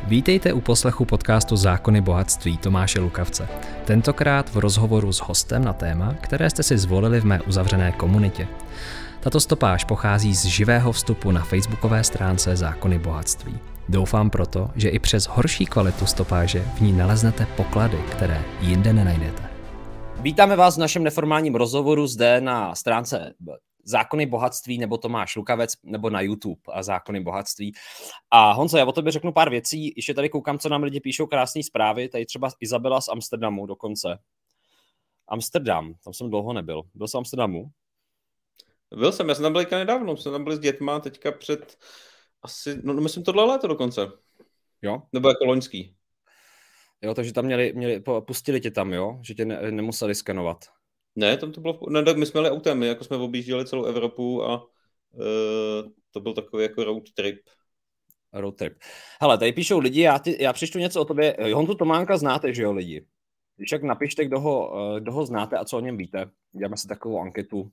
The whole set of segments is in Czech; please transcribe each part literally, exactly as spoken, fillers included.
Vítejte u poslechu podcastu Zákony bohatství Tomáše Lukavce. Tentokrát v rozhovoru s hostem na téma, které jste si zvolili v mé uzavřené komunitě. Tato stopáž pochází z živého vstupu na facebookové stránce Zákony bohatství. Doufám proto, že i přes horší kvalitu stopáže v ní naleznete poklady, které jinde nenajdete. Vítáme vás v našem neformálním rozhovoru zde na stránce Zákony bohatství nebo Tomáš Lukavec nebo na YouTube a Zákony bohatství. A Honzo, já o tobě řeknu pár věcí. Ještě tady koukám, co nám lidi píšou krásné zprávy. Tady třeba Izabela z Amsterdamu dokonce. Amsterdam, tam jsem dlouho nebyl. Byl jsem v Amsterdamu? Byl jsem, já jsem tam byl teďka nedávno. Jsme tam byli s dětma teďka před asi, no myslím tohle léto dokonce. Jo? Nebo jako loňský. Jo, takže tam měli, měli pustili tě tam, jo? Že tě ne, nemuseli skenovat. Ne, tam to bylo, ne, tak my jsme jeli autem, my jako jsme objížděli celou Evropu a uh, to byl takový jako road trip. Road trip. Hele, tady píšou lidi, já, ty, já přečtu něco o tobě. Honzu Tománka znáte, že jo, lidi? Když jak napište, kdo ho, kdo ho znáte a co o něm víte. Děláme si takovou anketu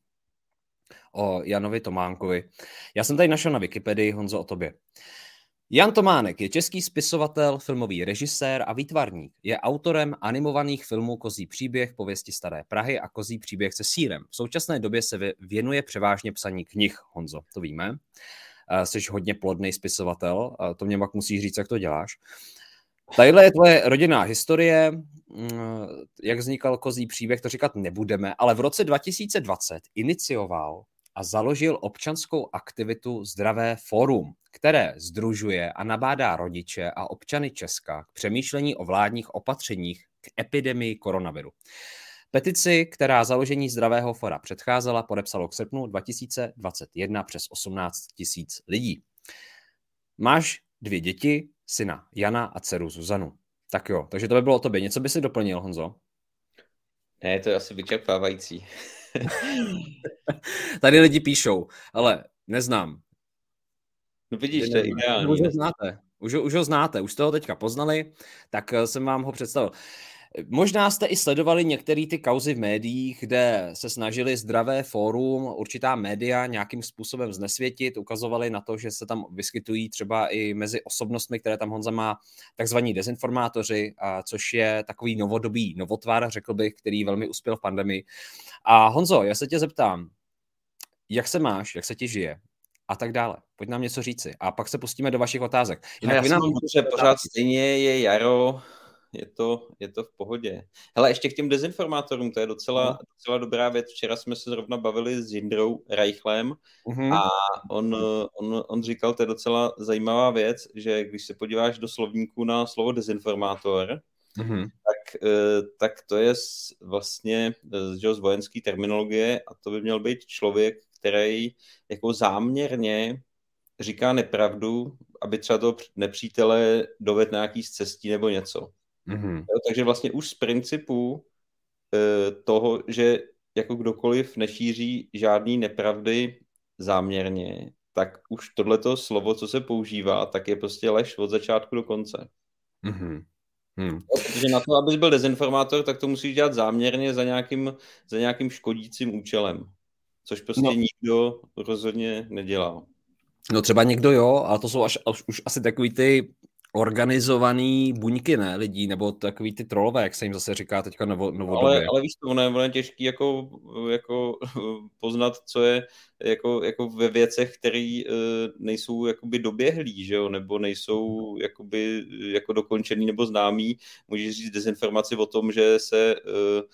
o Janovi Tománkovi. Já jsem tady našel na Wikipedii, Honzo, o tobě. Jan Tománek je český spisovatel, filmový režisér a výtvarník. Je autorem animovaných filmů Kozí příběh, Pověsti staré Prahy a Kozí příběh se sýrem. V současné době se věnuje převážně psaní knih, Honzo, to víme. Jsi hodně plodný spisovatel, to mě pak musíš říct, jak to děláš. Tadyhle je tvoje rodinná historie, jak vznikal Kozí příběh, to říkat nebudeme, ale v roce dva tisíce dvacet inicioval a založil občanskou aktivitu Zdravé fórum, které sdružuje a nabádá rodiče a občany Česka k přemýšlení o vládních opatřeních k epidemii koronaviru. Petici, která založení Zdravého fóra předcházela, podepsalo k srpnu dva tisíce dvacet jedna přes osmnáct tisíc lidí. Máš dvě děti, syna Jana a dceru Zuzanu. Tak jo, takže to by bylo o tobě. Něco by si doplnil, Honzo? Ne, to je asi vyčerpávající. Tady lidi píšou, ale neznám. No vidíš, to je ideální. Už ho znáte, už, už ho znáte, už jste ho teďka poznali, tak jsem vám ho představil. Možná jste i sledovali některé ty kauzy v médiích, kde se snažili Zdravé fórum, určitá média nějakým způsobem znesvětit, ukazovali na to, že se tam vyskytují třeba i mezi osobnostmi, které tam Honza má, takzvaní dezinformátoři, a což je takový novodobý novotvar, řekl bych, který velmi uspěl v pandemii. A Honzo, já se tě zeptám, jak se máš, jak se ti žije a tak dále. Pojď nám něco říci a pak se pustíme do vašich otázek. Jinak já jsem že pořád stejně je jaro, je to, je to v pohodě. Hele, ještě k těm dezinformátorům, to je docela, docela dobrá věc. Včera jsme se zrovna bavili s Jindrou Reichlem uh-huh. a on, on, on říkal, to je docela zajímavá věc, že když se podíváš do slovníku na slovo dezinformátor, uh-huh. tak, tak to je vlastně z vojenské terminologie a to by měl být člověk, který jako záměrně říká nepravdu, aby třeba toho nepřítele dovedl nějaký z cestí nebo něco. Mm-hmm. Takže vlastně už z principu e, toho, že jako kdokoliv nešíří žádný nepravdy záměrně, tak už tohleto slovo, co se používá, tak je prostě lež od začátku do konce. Mm-hmm. Hmm. Protože na to, abys byl dezinformátor, tak to musíš dělat záměrně za nějakým, za nějakým škodícím účelem. Což prostě no. nikdo rozhodně nedělá. No třeba někdo jo, ale to jsou až, až už asi takový ty organizovaný buňky, ne, lidí, nebo takový ty trolové, jak se jim zase říká teďka novo, novodobě. Ale, ale víš to, ono je, ono je těžký jako, jako poznat, co je jako, jako ve věcech, které uh, nejsou jakoby doběhlý, že jo, nebo nejsou jakoby jako dokončený nebo známý. Můžeš říct dezinformaci o tom, že se uh,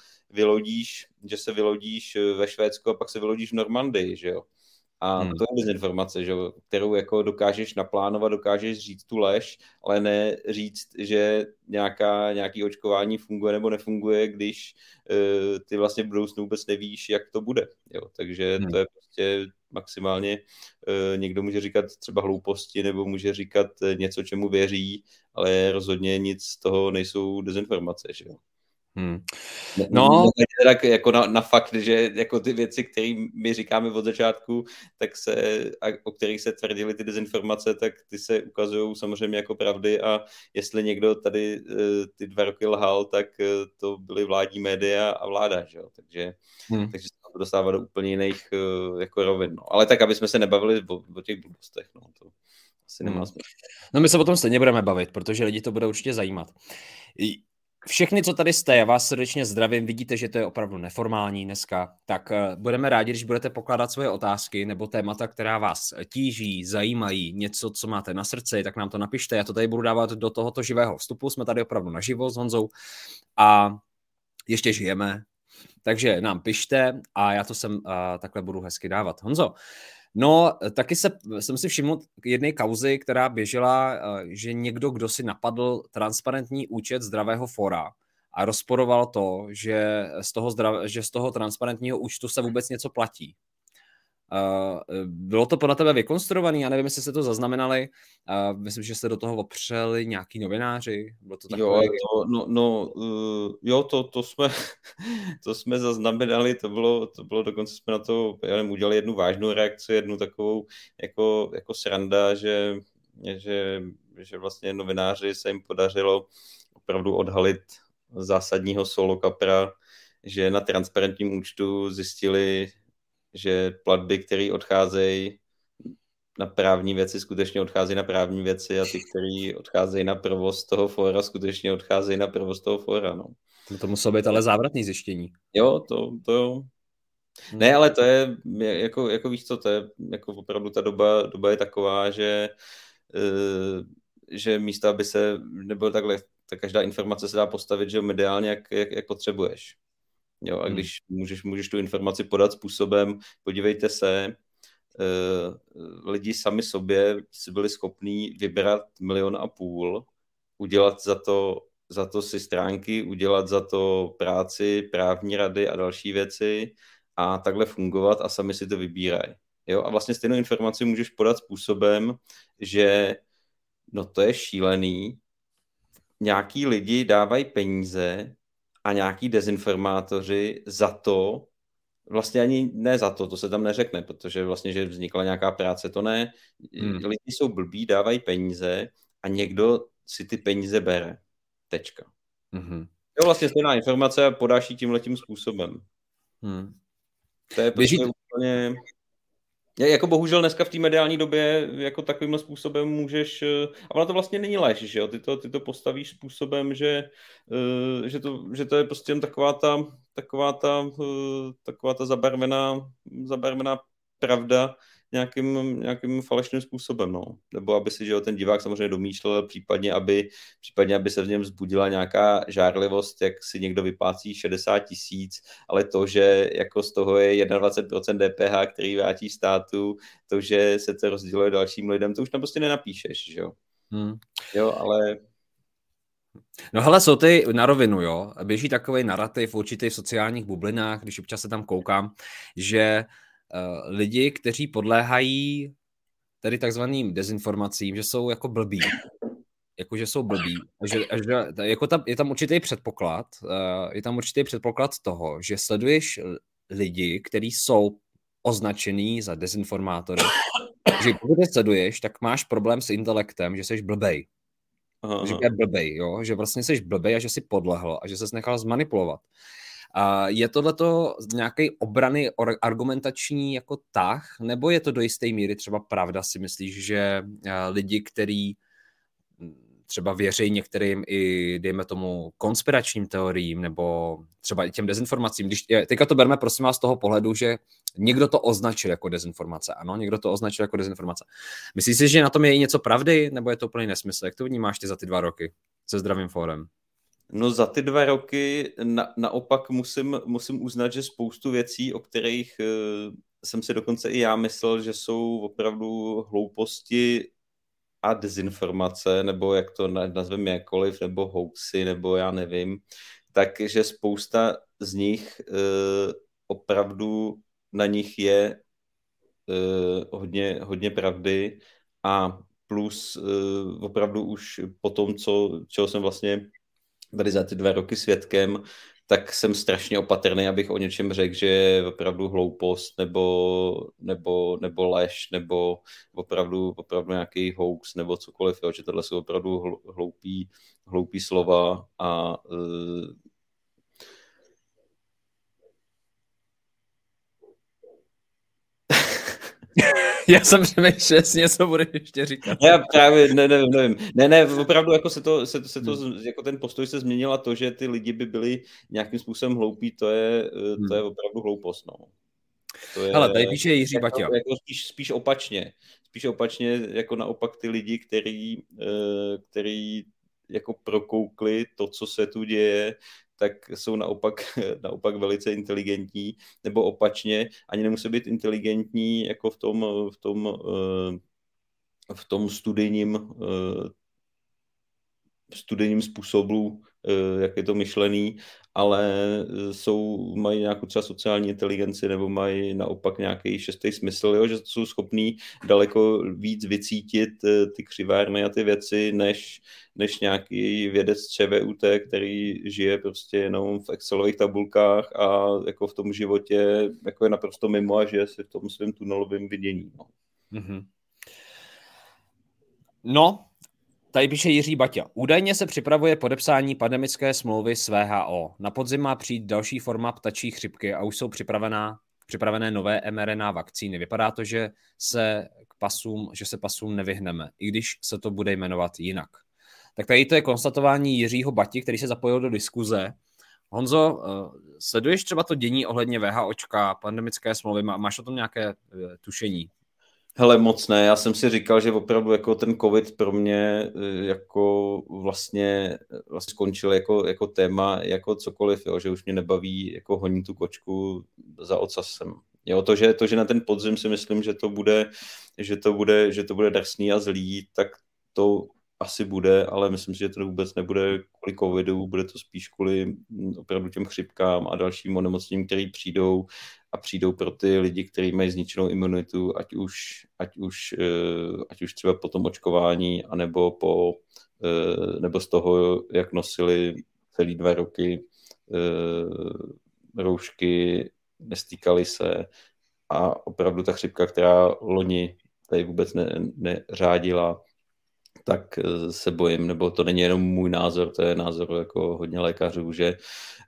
vylodíš, že se vylodíš ve Švédsku a pak se vylodíš v Normandii, že jo. A hmm. to je dezinformace, že, kterou jako dokážeš naplánovat, dokážeš říct tu lež, ale ne říct, že nějaká, nějaký očkování funguje nebo nefunguje, když uh, ty vlastně v budoucnu vůbec nevíš, jak to bude. Jo. Takže hmm. to je prostě maximálně uh, někdo může říkat třeba hlouposti nebo může říkat něco, čemu věří, ale rozhodně nic z toho nejsou dezinformace, že jo. Hmm. No, tak jako na, na fakt, že jako ty věci, které my říkáme od začátku, tak se, o kterých se tvrdily ty dezinformace, tak ty se ukazují samozřejmě jako pravdy a jestli někdo tady ty dva roky lhal, tak to byly vládní média a vláda, že jo, takže, hmm. takže se to dostává do úplně jiných jako rovin, no. Ale tak, aby jsme se nebavili o, o těch blbostech, no, to asi nemá hmm. smysl. No my se o tom stejně budeme bavit, protože lidi to bude určitě zajímat. Všechny, co tady jste, já vás srdečně zdravím, vidíte, že to je opravdu neformální dneska, tak budeme rádi, když budete pokládat svoje otázky nebo témata, která vás tíží, zajímají, něco, co máte na srdci, tak nám to napište, já to tady budu dávat do tohoto živého vstupu, jsme tady opravdu naživo s Honzou a ještě žijeme, takže nám pište a já to sem uh, takhle budu hezky dávat. Honzo, no, taky se, jsem si všiml jedné kauzy, která běžela, že někdo, kdo si napadl transparentní účet Zdravého fóra a rozporoval to, že z toho, zdrav, že z toho transparentního účtu se vůbec něco platí. Uh, bylo to podle tebe vykonstruovaný? Já nevím, jestli jste to zaznamenali. Uh, myslím, že jste do toho opřeli nějaký novináři. Bylo to takové... Jo, to, no, no uh, jo to, to, jsme, to jsme zaznamenali, to bylo, to bylo dokonce jsme na to já nevím, udělali jednu vážnou reakci, jednu takovou jako, jako sranda, že, že, že vlastně novináři se jim podařilo opravdu odhalit zásadního solo kapra, že na transparentním účtu zjistili, že platby, které odcházejí na právní věci, skutečně odcházejí na právní věci a ty, které odcházejí na provoz toho fóra, skutečně odcházejí na provoz toho fóra. No. To muselo být ale závratný zjištění. Jo, to, to jo. Hmm. Ne, ale to je, jako, jako víš co, to je, jako opravdu ta doba, doba je taková, že, uh, že místo, aby se, nebo takhle, tak každá informace se dá postavit, že mediálně, jak, jak, jak potřebuješ. Jo, a když hmm. můžeš, můžeš tu informaci podat způsobem, podívejte se, uh, lidi sami sobě si byli schopní vybrat milion a půl, udělat za to, za to si stránky, udělat za to práci, právní rady a další věci a takhle fungovat a sami si to vybírají. Jo, a vlastně stejnou informaci můžeš podat způsobem, že no to je šílený, nějaký lidi dávají peníze a nějaký dezinformátoři za to, vlastně ani ne za to, to se tam neřekne, protože vlastně, že vznikla nějaká práce, to ne. Hmm. Lidi jsou blbí, dávají peníze a někdo si ty peníze bere. Tečka. Hmm. Jo, vlastně stejná informace a podáš ji tímhletím způsobem. Hmm. To je prostě Běží... úplně... Jako bohužel dneska v té mediální době jako takovým způsobem můžeš, a ono to vlastně není lež, že jo, ty to, ty to postavíš způsobem, že, že, to, že to je prostě jen taková ta, taková ta, taková ta zabarvená, zabarvená pravda nějakým, nějakým falešným způsobem, no. Nebo aby si, že jo, ten divák samozřejmě domýšlel, případně aby, případně aby se v něm vzbudila nějaká žárlivost, jak si někdo vyplácí šedesát tisíc, ale to, že jako z toho je dvacet jedna procent D P H, který vrátí státu, to, že se to rozděluje dalším lidem, to už tam prostě nenapíšeš, že jo. Hmm. Jo, ale... No hele, jsou ty na rovinu, jo. Běží takový narrativ určitě v sociálních bublinách, když občas se tam koukám, že Uh, lidi, kteří podléhají tady takzvaným dezinformacím, že jsou jako blbí. Jako, že jsou blbí. Že, že, jako tam, je tam určitý předpoklad, uh, je tam určitý předpoklad toho, že sleduješ lidi, kteří jsou označený za dezinformátory, že pokud je sleduješ, tak máš problém s intelektem, že jsi blbej. Aha. Že je blbej, jo? Že vlastně jsi blbej a že jsi podlehl a že ses nechal zmanipulovat. Uh, je tohleto nějaký obrany argumentační jako tah, nebo je to do jisté míry třeba pravda, si myslíš, že uh, lidi, kteří třeba věří některým i, dejme tomu, konspiračním teoriím, nebo třeba i těm dezinformacím, když, teďka to berme prosím vás z toho pohledu, že někdo to označil jako dezinformace, ano, někdo to označil jako dezinformace. Myslíš si, že na tom je i něco pravdy, nebo je to úplný nesmysl? Jak to vnímáš ty za ty dva roky se Zdravým fórem? No za ty dva roky na, naopak musím, musím uznat, že spoustu věcí, o kterých uh, jsem si dokonce i já myslel, že jsou opravdu hlouposti a dezinformace, nebo jak to nazveme jakkoliv, nebo hoaxy, nebo já nevím, takže spousta z nich uh, opravdu na nich je uh, hodně, hodně pravdy a plus uh, opravdu už po tom, co, čeho jsem vlastně tady za ty dva roky svědkem, tak jsem strašně opatrný, abych o něčem řekl, že je opravdu hloupost nebo, nebo, nebo lež, nebo opravdu, opravdu nějaký hoax, nebo cokoliv, jo, že tohle jsou opravdu hloupý, hloupý slova a uh... Já jsem přemýšlel, jestli něco budeš ještě říkat. Já právě ne, nevím, nevím. Ne, ne, opravdu jako se to, se, se to hmm. jako ten postoj se změnil a to, že ty lidi by byli nějakým způsobem hloupí, to je, to je opravdu hloupost, no. To je, hele, tady píše Jiří Baťa. Jako, jako spíš, spíš opačně. Spíš opačně, jako naopak ty lidi, který, který jako prokoukli to, co se tu děje, tak jsou naopak, naopak velice inteligentní, nebo opačně, ani nemusí být inteligentní jako v tom, v tom, v tom studijním, studijním způsobu, jak je to myšlený, ale jsou, mají nějakou třeba sociální inteligenci nebo mají naopak nějaký šestý smysl, jo? Že jsou schopní daleko víc vycítit ty křivárny a ty věci, než, než nějaký vědec z ČVUT, který žije prostě jenom v Excelových tabulkách a jako v tom životě jako je naprosto mimo a žije si v tom svém tunelovém vidění. No. Mm-hmm. No, tady píše Jiří Baťa. Údajně se připravuje podepsání pandemické smlouvy s V H O. Na podzim má přijít další forma ptačí chřipky a už jsou připravená, připravené nové mRNA vakcíny. Vypadá to, že se k pasům, že se pasům nevyhneme, i když se to bude jmenovat jinak. Tak tady to je konstatování Jiřího Bati, který se zapojil do diskuze. Honzo, sleduješ třeba to dění ohledně VHOčka, pandemické smlouvy, máš o tom nějaké tušení? Hele, moc ne. Já jsem si říkal, že opravdu jako ten covid pro mě jako vlastně, vlastně skončil jako, jako téma, jako cokoliv, jo, že už mě nebaví jako honit tu kočku za ocasem. Jo, to, že, to, že na ten podzim si myslím, že to bude, že to bude, že to bude drsný a zlý, tak to asi bude, ale myslím si, že to vůbec nebude kvůli covidu, bude to spíš kvůli opravdu těm chřipkám a dalším onemocněním, které přijdou a přijdou pro ty lidi, kteří mají zničenou imunitu, ať už, ať už, ať už třeba po tom očkování, anebo, po, nebo z toho, jak nosili celý dva roky roušky, nestýkali se a opravdu ta chřipka, která loni tady vůbec ne, neřádila, tak se bojím, nebo to není jenom můj názor, to je názor jako hodně lékařů, že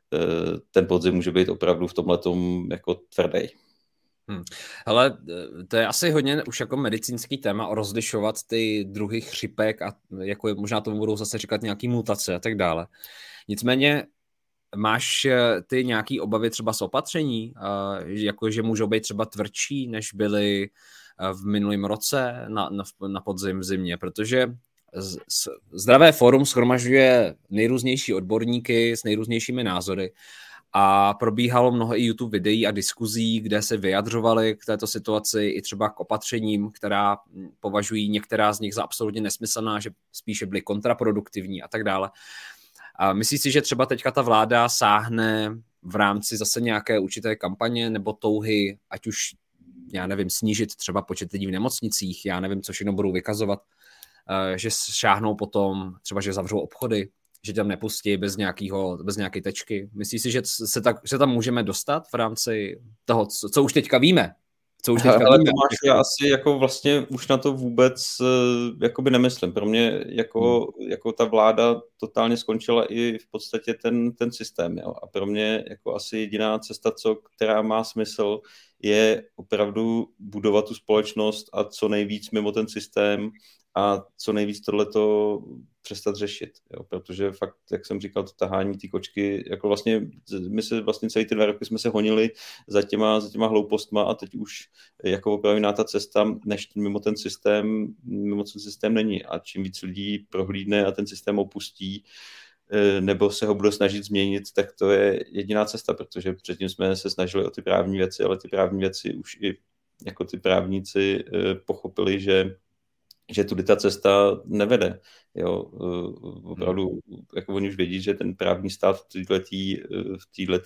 ten podzim může být opravdu v tomhletom jako tvrdý. Hmm. Hele, to je asi hodně už jako medicínský téma, rozlišovat ty druhy chřipek a jako možná tomu budou zase říkat nějaký mutace a tak dále. Nicméně máš ty nějaký obavy třeba z opatření, jako že můžou být třeba tvrdší, než byly v minulém roce na, na, na podzim v zimě, protože z, z, Zdravé fórum shromažďuje nejrůznější odborníky s nejrůznějšími názory a probíhalo mnoho i YouTube videí a diskuzí, kde se vyjadřovali k této situaci i třeba k opatřením, která považují některá z nich za absolutně nesmyslná, že spíše byly kontraproduktivní a tak dále. A myslíš si, že třeba teďka ta vláda sáhne v rámci zase nějaké určité kampaně nebo touhy, ať už já nevím, snížit třeba počet lidí v nemocnicích, já nevím, co všechno budou vykazovat, že šáhnou potom, třeba, že zavřou obchody, že tam nepustí bez, nějakého, bez nějaké tečky. Myslíš si, že se, tak, že tam můžeme dostat v rámci toho, co, co už teďka víme? Co už teďka ale víme? Tomáš, já asi jako vlastně už na to vůbec jakoby nemyslím. Pro mě jako, hmm. jako ta vláda totálně skončila i v podstatě ten, ten systém. Jo? A pro mě jako asi jediná cesta, co, která má smysl, je opravdu budovat tu společnost a co nejvíc mimo ten systém a co nejvíc tohleto přestat řešit, jo? Protože fakt, jak jsem říkal, to tahání ty kočky, jako vlastně, my se vlastně celý ty dva roky jsme se honili za těma, za těma hloupostma a teď už jako opravdu ta cesta, než mimo ten systém, mimo ten systém není a čím víc lidí prohlídne a ten systém opustí, nebo se ho bude snažit změnit, tak to je jediná cesta, protože předtím jsme se snažili o ty právní věci, ale ty právní věci už i jako ty právníci pochopili, že že tudy ta cesta nevede. Jo, opravdu, jako oni už vědí, že ten právní stát v této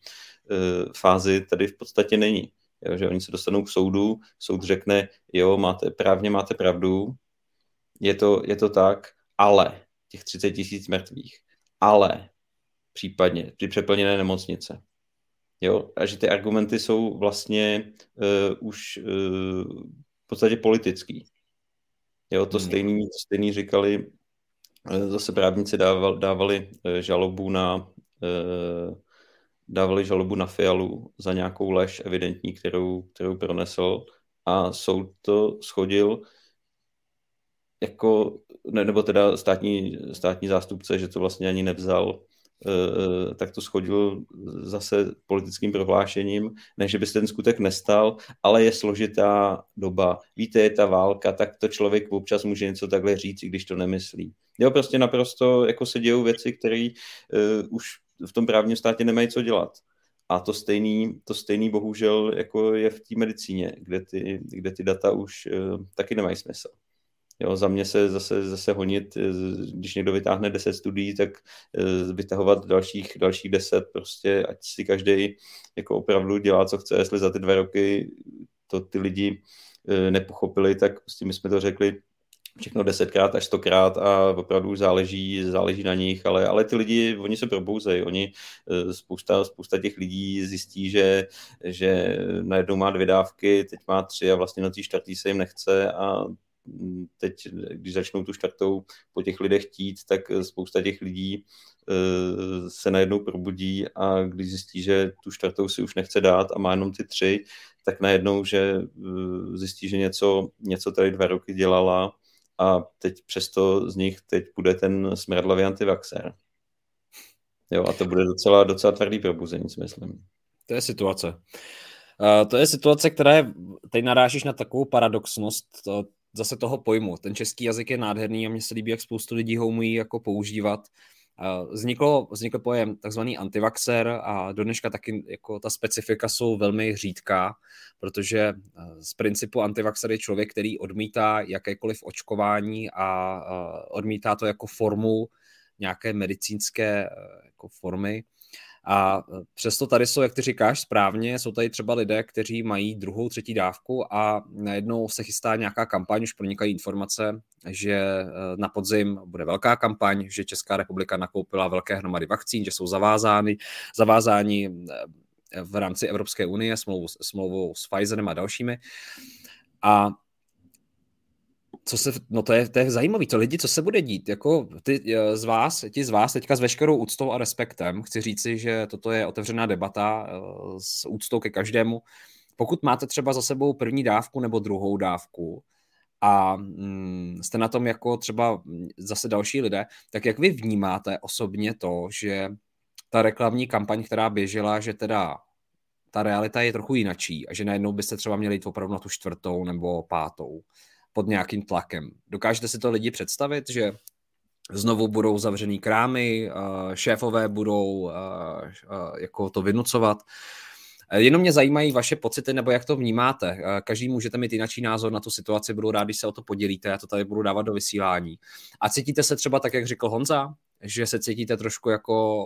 fázi tady v podstatě není. Jo, že oni se dostanou k soudu, soud řekne, jo, máte, právně máte pravdu, je to, je to tak, ale těch třicet tisíc mrtvých, ale případně při přeplněné nemocnice. Jo, a že ty argumenty jsou vlastně uh, už uh, v podstatě politický. Jo, to stejný, to stejný říkali, zase právníci dávali, dávali žalobu na dávali žalobu na Fialu za nějakou lež evidentní, kterou, kterou pronesl a soud to shodil jako, ne, nebo teda státní, státní zástupce, že to vlastně ani nevzal, tak to shodil zase politickým prohlášením, ne, že by se ten skutek nestal, ale je složitá doba. Víte, je ta válka, tak to člověk občas může něco takhle říct, i když to nemyslí. Jo, prostě naprosto jako se dějou věci, které uh, už v tom právním státě nemají co dělat. A to stejný, to stejný bohužel jako je v té medicíně, kde ty, kde ty data už uh, taky nemají smysl. Jo, za mě se zase, zase honit, když někdo vytáhne deset studií, tak vytahovat dalších, dalších deset, prostě ať si každý jako opravdu dělá, co chce, jestli za ty dva roky to ty lidi nepochopili, tak prostě my jsme to řekli všechno desetkrát až stokrát a opravdu záleží, záleží na nich, ale, ale ty lidi, oni se probouzejí, oni spousta, spousta těch lidí zjistí, že, že najednou má dvě dávky, teď má tři a vlastně na té čtvrtý se jim nechce a teď, když začnou tu čtvrtou po těch lidech chtít, tak spousta těch lidí uh, se najednou probudí a když zjistí, že tu čtvrtou si už nechce dát a má jenom ty tři, tak najednou, že uh, zjistí, že něco, něco tady dva roky dělala a teď přesto z nich teď bude ten smradlavý antivaxer. Jo, a to bude docela, docela tvrdý probuzení, si myslím. To je situace. Uh, to je situace, která je, teď narážíš na takovou paradoxnost to, zase toho pojmu. Ten český jazyk je nádherný a mně se líbí, jak spoustu lidí ho umí jako používat. Vzniklo, vznikl pojem takzvaný antivaxer a do dneška taky jako ta specifika jsou velmi řídká, protože z principu antivaxer je člověk, který odmítá jakékoliv očkování a odmítá to jako formu nějaké medicínské jako formy. A přesto tady jsou, jak ty říkáš správně, jsou tady třeba lidé, kteří mají druhou, třetí dávku a najednou se chystá nějaká kampaň, už pronikají informace, že na podzim bude velká kampaň, že Česká republika nakoupila velké hromady vakcín, že jsou zavázány, zavázáni v rámci Evropské unie smlouvou, smlouvou s Pfizerem a dalšími. A co se, no to je, to je zajímavé, to lidi, co se bude dít, jako ty z vás, ti z vás teďka s veškerou úctou a respektem, chci říci, že toto je otevřená debata s úctou ke každému. Pokud máte třeba za sebou první dávku nebo druhou dávku a mm, jste na tom jako třeba zase další lidé, tak jak vy vnímáte osobně to, že ta reklamní kampaň, která běžela, že teda ta realita je trochu jinačí a že najednou byste třeba měli jít opravdu na tu čtvrtou nebo pátou pod nějakým tlakem. Dokážete si to lidi představit, že znovu budou zavřený krámy, šéfové budou jako to vynucovat? Jenom mě zajímají vaše pocity, nebo jak to vnímáte. Každý můžete mít jiný názor na tu situaci, budu rád, když se o to podělíte, já to tady budu dávat do vysílání. A cítíte se třeba tak, jak řekl Honza, že se cítíte trošku jako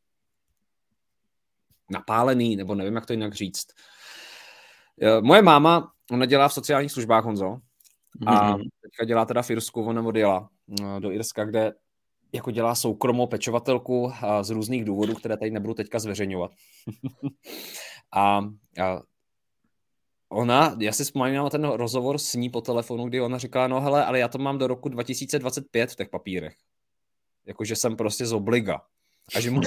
napálený, nebo nevím, jak to jinak říct. Moje máma, ona dělá v sociálních službách, Honzo, a teďka dělá teda v Irsku, ona odjela do Irska, kde jako dělá soukromou pečovatelku z různých důvodů, které tady nebudu teďka zveřejňovat. a, a ona, já si vzpomínám na ten rozhovor s ní po telefonu, kdy ona říkala, no hele, ale já to mám do roku dva tisíce dvacet pět v těch papírech. Jakože jsem prostě z obliga. A že mu...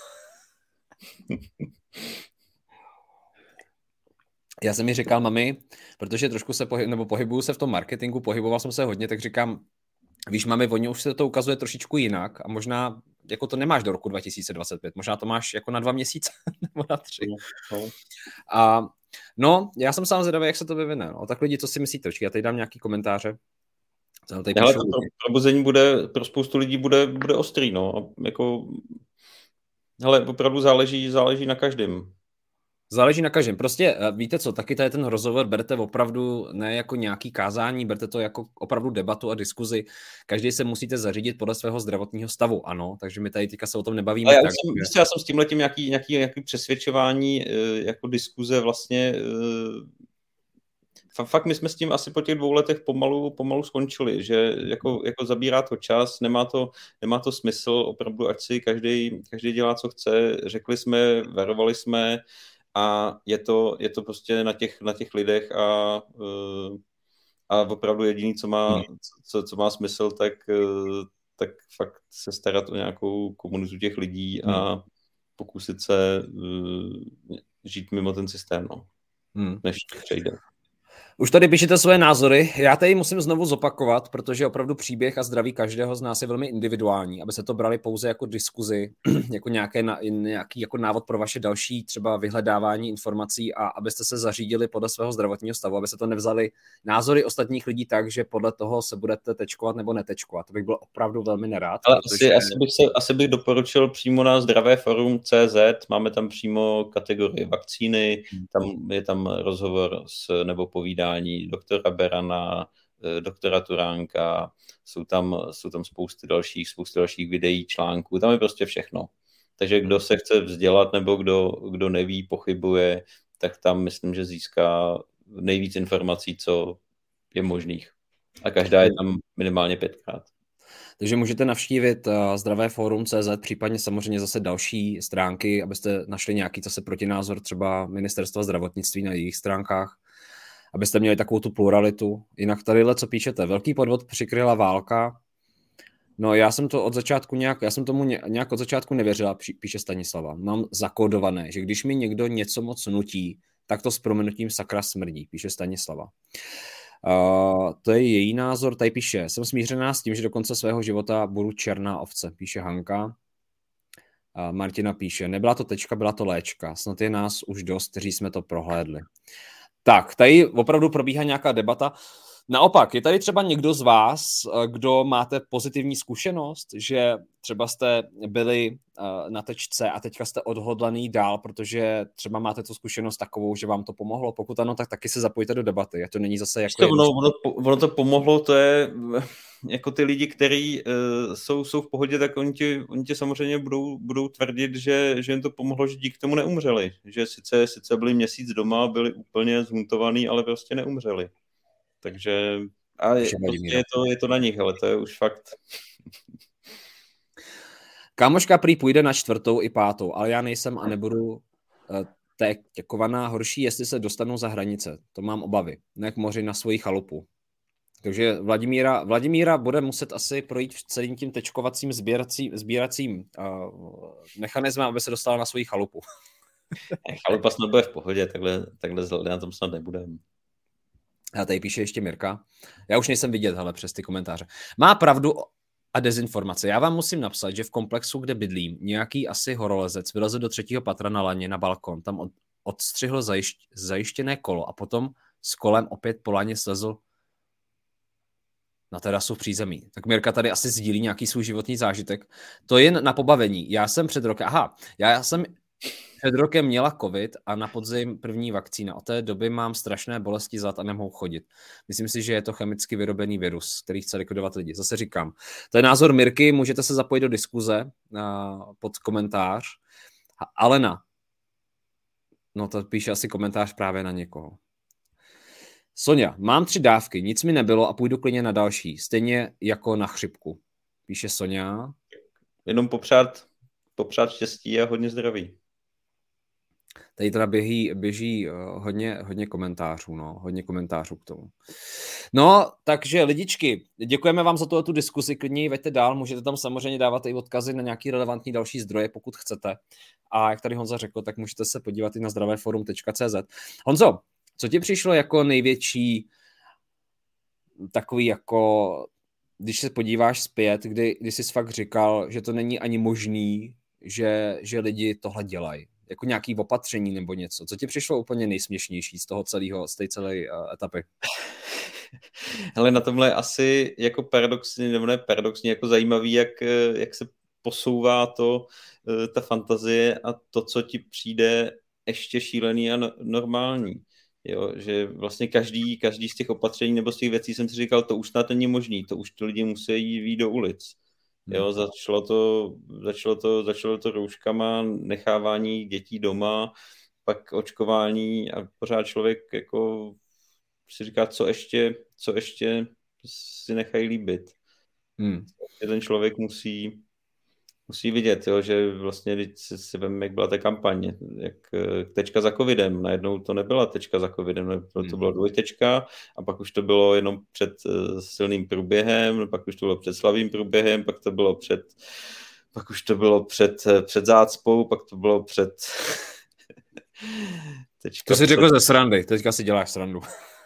Já jsem mi říkal, mami, protože trošku se pohy- nebo pohybuju se v tom marketingu, pohyboval jsem se hodně, tak říkám, víš, mami, oni už se to ukazuje trošičku jinak a možná jako to nemáš do roku dva tisíce dvacet pět, možná to máš jako na dva měsíce nebo na tři. No. A no, já jsem sám zvědavý, jak se to vyvine. No. Tak lidi, co si myslíte? Počkej, já tady dám nějaký komentáře. Ale to probuzení bude, pro spoustu lidí bude, bude ostrý, no. Jako, hele, opravdu záleží, záleží na každém. Záleží na každém. Prostě víte co, taky tady ten rozhovor berte opravdu ne jako nějaký kázání, berte to jako opravdu debatu a diskuzi. Každý se musíte zařídit podle svého zdravotního stavu, ano, takže my tady teďka se o tom nebavíme. Já, tak, jsem, že... já jsem s tímhletím nějaký, nějaký, nějaký přesvědčování jako diskuze vlastně fakt my jsme s tím asi po těch dvou letech pomalu, pomalu skončili, že jako, jako zabírá to čas, nemá to, nemá to smysl, opravdu ať si každý, každý dělá, co chce, řekli jsme, varovali jsme, a je to, je to prostě na těch, na těch lidech a, a opravdu jediný, co má, co, co má smysl, tak, tak fakt se starat o nějakou komunitu těch lidí a pokusit se žít mimo ten systém, no. Hmm. Než přejde. Už tady píšete svoje názory. Já tady musím znovu zopakovat, protože opravdu příběh a zdraví každého z nás je velmi individuální, aby se to brali pouze jako diskuzi, jako nějaké, nějaký jako návod pro vaše další třeba vyhledávání informací a abyste se zařídili podle svého zdravotního stavu, aby se to nevzali názory ostatních lidí tak, že podle toho se budete tečkovat nebo netečkovat. To bych byl opravdu velmi nerád. Ale protože... asi, asi, bych se, asi bych doporučil přímo na zdravé forum tečka cé zet, máme tam přímo kategorii vakcíny, tam je tam rozhovor s, nebo povídání doktora Berana, doktora Turánka, jsou tam, jsou tam spousty dalších, spousty dalších videí, článků, tam je prostě všechno. Takže kdo se chce vzdělat nebo kdo, kdo neví, pochybuje, tak tam myslím, že získá nejvíc informací, co je možných. A každá je tam minimálně pětkrát. Takže můžete navštívit uh, zdravé forum tečka cé zet, případně samozřejmě zase další stránky, abyste našli nějaký zase protinázor třeba Ministerstva zdravotnictví na jejich stránkách, abyste měli takovou tu pluralitu. Jinak tadyhle, co píšete, velký podvod přikryla válka. No já jsem to od začátku nějak, já jsem tomu nějak od začátku nevěřila, píše Stanislava. Mám zakódované, že když mi někdo něco moc nutí, tak to s prominutím sakra smrdí, píše Stanislava. Uh, to je její názor, tady píše, jsem smířená s tím, že do konce svého života budu černá ovce, píše Hanka. Uh, Martina píše, nebyla to tečka, byla to léčka, snad je nás už dost, kteří jsme to prohlédli. Tak, tady opravdu probíhá nějaká debata. Naopak, je tady třeba někdo z vás, kdo máte pozitivní zkušenost, že třeba jste byli na tečce a teďka jste odhodlaný dál, protože třeba máte tu zkušenost takovou, že vám to pomohlo? Pokud ano, tak taky se zapojte do debaty. A to není zase jako... To ono, ono, ono to pomohlo, to je jako ty lidi, kteří uh, jsou, jsou v pohodě, tak oni ti, oni ti samozřejmě budou, budou tvrdit, že, že jim to pomohlo, že díky tomu neumřeli. Že sice, sice byli měsíc doma, byli úplně zhuntovaný, ale prostě neumřeli. Takže a je, prostě je, to, je to na nich, ale to je už fakt. Kámoška prý půjde na čtvrtou i pátou, ale já nejsem a nebudu uh, tekovaná. Horší, jestli se dostanu za hranice. To mám obavy. Ne k moři na svoji chalupu. Takže Vladimíra, Vladimíra bude muset asi projít celým tím tečkovacím sbíracím, sbíracím uh, mechanismem, aby se dostala na svoji chalupu. Chalupa snad bude v pohodě, takhle, takhle zhledě na tom snad nebudeme. A tady píše ještě Mirka. Já už nejsem vidět, hele, přes ty komentáře. Má pravdu a dezinformace. Já vám musím napsat, že v komplexu, kde bydlím, nějaký asi horolezec vylezl do třetího patra na laně na balkon, tam od, odstřihl zajišť, zajištěné kolo a potom s kolem opět po laně slezl na terasu v přízemí. Tak Mirka tady asi sdílí nějaký svůj životní zážitek. To je na pobavení. Já jsem před rokem, aha, já jsem před rokem měla covid a na podzim první vakcína. Od té doby mám strašné bolesti zad a nemohu chodit. Myslím si, že je to chemicky vyrobený virus, který chce likvidovat lidi. Zase říkám, to je názor Mirky, můžete se zapojit do diskuze na, pod komentář. A Alena, no to píše asi komentář právě na někoho. Sonja, mám tři dávky, nic mi nebylo a půjdu klidně na další, stejně jako na chřipku. Píše Sonja. Jenom popřát, popřát štěstí a hodně zdraví. Tady teda běží, běží hodně, hodně komentářů, no, hodně komentářů k tomu. No, takže lidičky, děkujeme vám za tu diskusi, klidně ji veďte dál, můžete tam samozřejmě dávat i odkazy na nějaký relevantní další zdroje, pokud chcete. A jak tady Honza řekl, tak můžete se podívat i na zdravé forum tečka cé zet. Honzo, co ti přišlo jako největší takový jako, když se podíváš zpět, kdy, kdy jsi fakt říkal, že to není ani možný, že, že lidi tohle dělají? Jako nějaký opatření nebo něco. Co ti přišlo úplně nejsměšnější z toho celého, z té celé uh, etapy? Hele, na tomhle asi jako paradoxní, nebo ne paradoxní, jako zajímavý, jak, jak se posouvá to, ta fantazie a to, co ti přijde ještě šílený a normální. Jo, že vlastně každý, každý z těch opatření nebo z těch věcí jsem si říkal, to už snad není možný, to už ty lidi musí jít do ulic. Jo, začalo to, začalo to, začalo to rouškama, nechávání dětí doma, pak očkování a pořád člověk jako si říká, co ještě, co ještě si nechají líbit. Hmm. Ten člověk musí, musí vidět, jo, že vlastně, když si, si vem, jak byla ta kampaň, jak tečka za covidem, najednou to nebyla tečka za covidem, to byla dvojtečka a pak už to bylo jenom před uh, silným průběhem, pak už to bylo před slabým průběhem, pak to bylo před, pak už to bylo před, před zácpou, pak to bylo před... tečka to jsi před... řekl ze srandy, teďka si děláš srandu.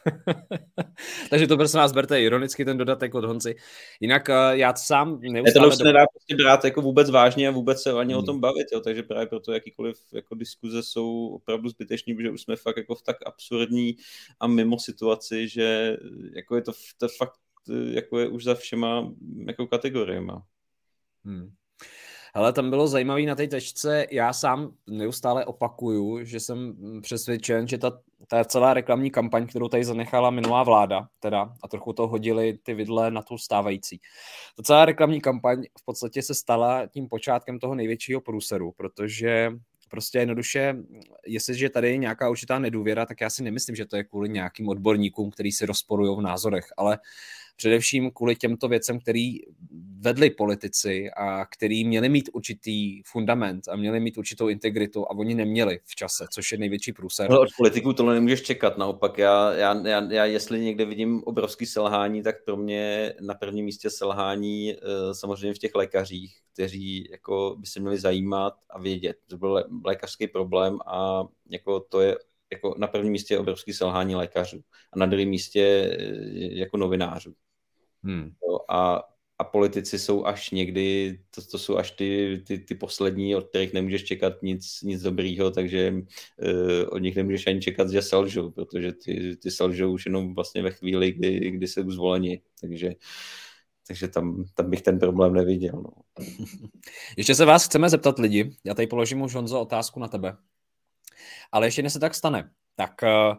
Takže to prosím vás berte ironicky, ten dodatek od Honzy. Jinak já sám neustále... Tohle se nedá prostě brát jako vůbec vážně a vůbec se ani hmm. o tom bavit, jo. Takže právě proto jakýkoliv jako diskuze jsou opravdu zbytečný, protože už jsme fakt jako v tak absurdní a mimo situaci, že jako je to, to fakt jako je už za všema jako kategoriema. Hmm. Hele, tam bylo zajímavé na té tečce, já sám neustále opakuju, že jsem přesvědčen, že ta, ta celá reklamní kampaň, kterou tady zanechala minulá vláda, teda, a trochu to hodili ty vidle na tu stávající. Ta celá reklamní kampaň v podstatě se stala tím počátkem toho největšího průseru, protože prostě jednoduše, jestliže tady je nějaká určitá nedůvěra, tak já si nemyslím, že to je kvůli nějakým odborníkům, který si rozporují v názorech, ale především kvůli těmto věcem, který vedli politici a který měli mít určitý fundament a měli mít určitou integritu a oni neměli v čase, což je největší průser. No, od politiků tohle nemůžeš čekat, naopak já, já, já, já jestli někde vidím obrovský selhání, tak pro mě na prvním místě selhání samozřejmě v těch lékařích, kteří jako by se měli zajímat a vědět. To byl lékařský problém a jako to je jako na prvním místě je obrovský selhání lékařů a na druhém místě jako novinářů. Hmm. A, a politici jsou až někdy, to, to jsou až ty, ty, ty poslední, od kterých nemůžeš čekat nic, nic dobrýho, takže uh, od nich nemůžeš ani čekat, že selžou, protože ty, ty selžou už jenom vlastně ve chvíli, kdy, kdy se zvolení. Takže, takže tam, tam bych ten problém neviděl. No. Ještě se vás chceme zeptat lidi, já tady položím už, Honzo, otázku na tebe. Ale ještě než se tak stane, tak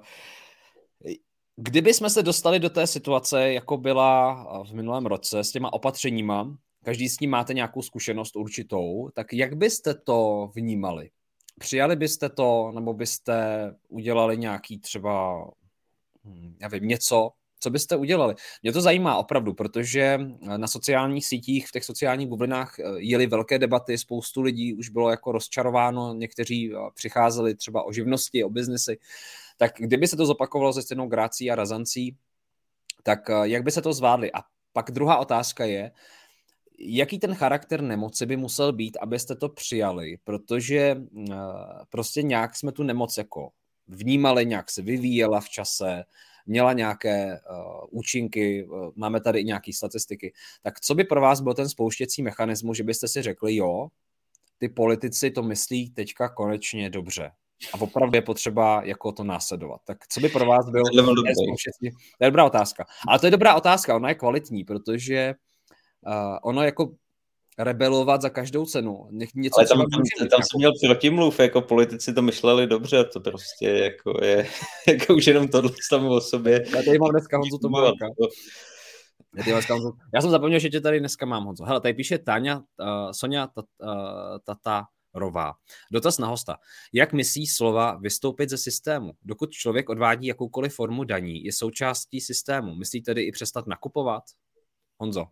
kdyby jsme se dostali do té situace, jako byla v minulém roce s těma opatřeníma, každý s tím máte nějakou zkušenost určitou, tak jak byste to vnímali? Přijali byste to, nebo byste udělali nějaký třeba, já vím, něco, co byste udělali? Mě to zajímá opravdu, protože na sociálních sítích, v těch sociálních bublinách jeli velké debaty, spoustu lidí už bylo jako rozčarováno, někteří přicházeli třeba o živnosti, o biznesy. Tak kdyby se to zopakovalo se stejnou grácí a razancí, tak jak by se to zvládli? A pak druhá otázka je, jaký ten charakter nemoci by musel být, abyste to přijali, protože prostě nějak jsme tu nemoc jako vnímali, nějak se vyvíjela v čase, měla nějaké uh, účinky, uh, máme tady i nějaké statistiky. Tak co by pro vás byl ten spouštěcí mechanismus, že byste si řekli, jo, ty politici to myslí teďka konečně dobře. A opravdu je potřeba jako to následovat. Tak co by pro vás byl ten spouštěcí? To je dobrá otázka. Ale to je dobrá otázka, ona je kvalitní, protože uh, ono jako rebelovat za každou cenu. Něco ale tam, tam, tam jsem měl protimluv, jako politici to myšleli dobře, to prostě jako je, jako už jenom tohle samo o sobě. Já tady mám dneska Honzu Tománka. Já, tady Honzu... Já jsem zapomněl, že tě tady dneska mám, Honzo. Hele, tady píše Táňa, uh, Sonja tat, uh, Tatarová. Dotaz na hosta. Jak myslí slova vystoupit ze systému? Dokud člověk odvádí jakoukoliv formu daní, je součástí systému. Myslí tedy i přestat nakupovat? Honzo.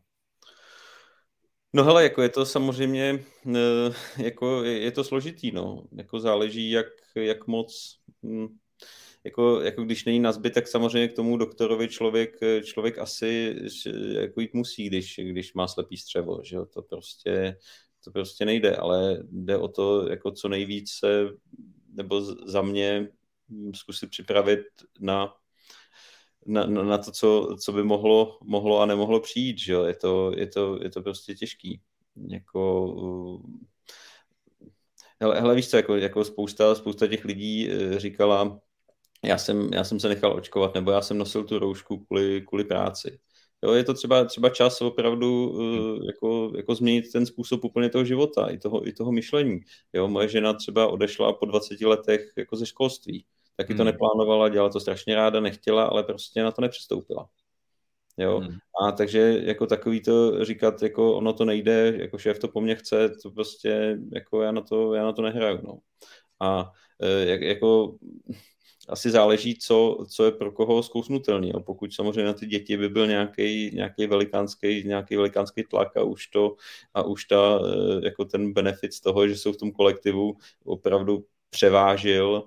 No hele, jako je to samozřejmě, jako je to složitý, no. Jako záleží, jak, jak moc, jako, jako když není nazbyt, tak samozřejmě k tomu doktorovi člověk, člověk asi jako jít musí, když, když má slepý střevo, že jo, to prostě, to prostě nejde, ale jde o to, jako co nejvíce, nebo za mě zkusit připravit na Na, na to, co, co by mohlo, mohlo a nemohlo přijít, že jo? Je to, je to, je to prostě těžký. Jako, hele, hele, víš co, jako, jako spousta, spousta těch lidí říkala, já jsem, já jsem se nechal očkovat, nebo já jsem nosil tu roušku kvůli, kvůli práci. Jo, je to třeba, třeba čas opravdu uh, jako, jako změnit ten způsob úplně toho života, i toho, i toho myšlení. Jo, moje žena třeba odešla po dvaceti letech jako ze školství. Taky to neplánovala, dělala to strašně ráda, nechtěla, ale prostě na to nepřistoupila. Jo. Hmm. A takže jako takový to říkat, jako ono to nejde, jako šéf to po mně chce, to prostě jako já na to, já na to nehraju. No. A jak, jako asi záleží, co, co je pro koho zkousnutelný. Jo. Pokud samozřejmě na ty děti by byl nějaký, nějaký velikánský, nějaký velikánský tlak a už to, a už ta, jako ten benefit z toho, že jsou v tom kolektivu opravdu převážil,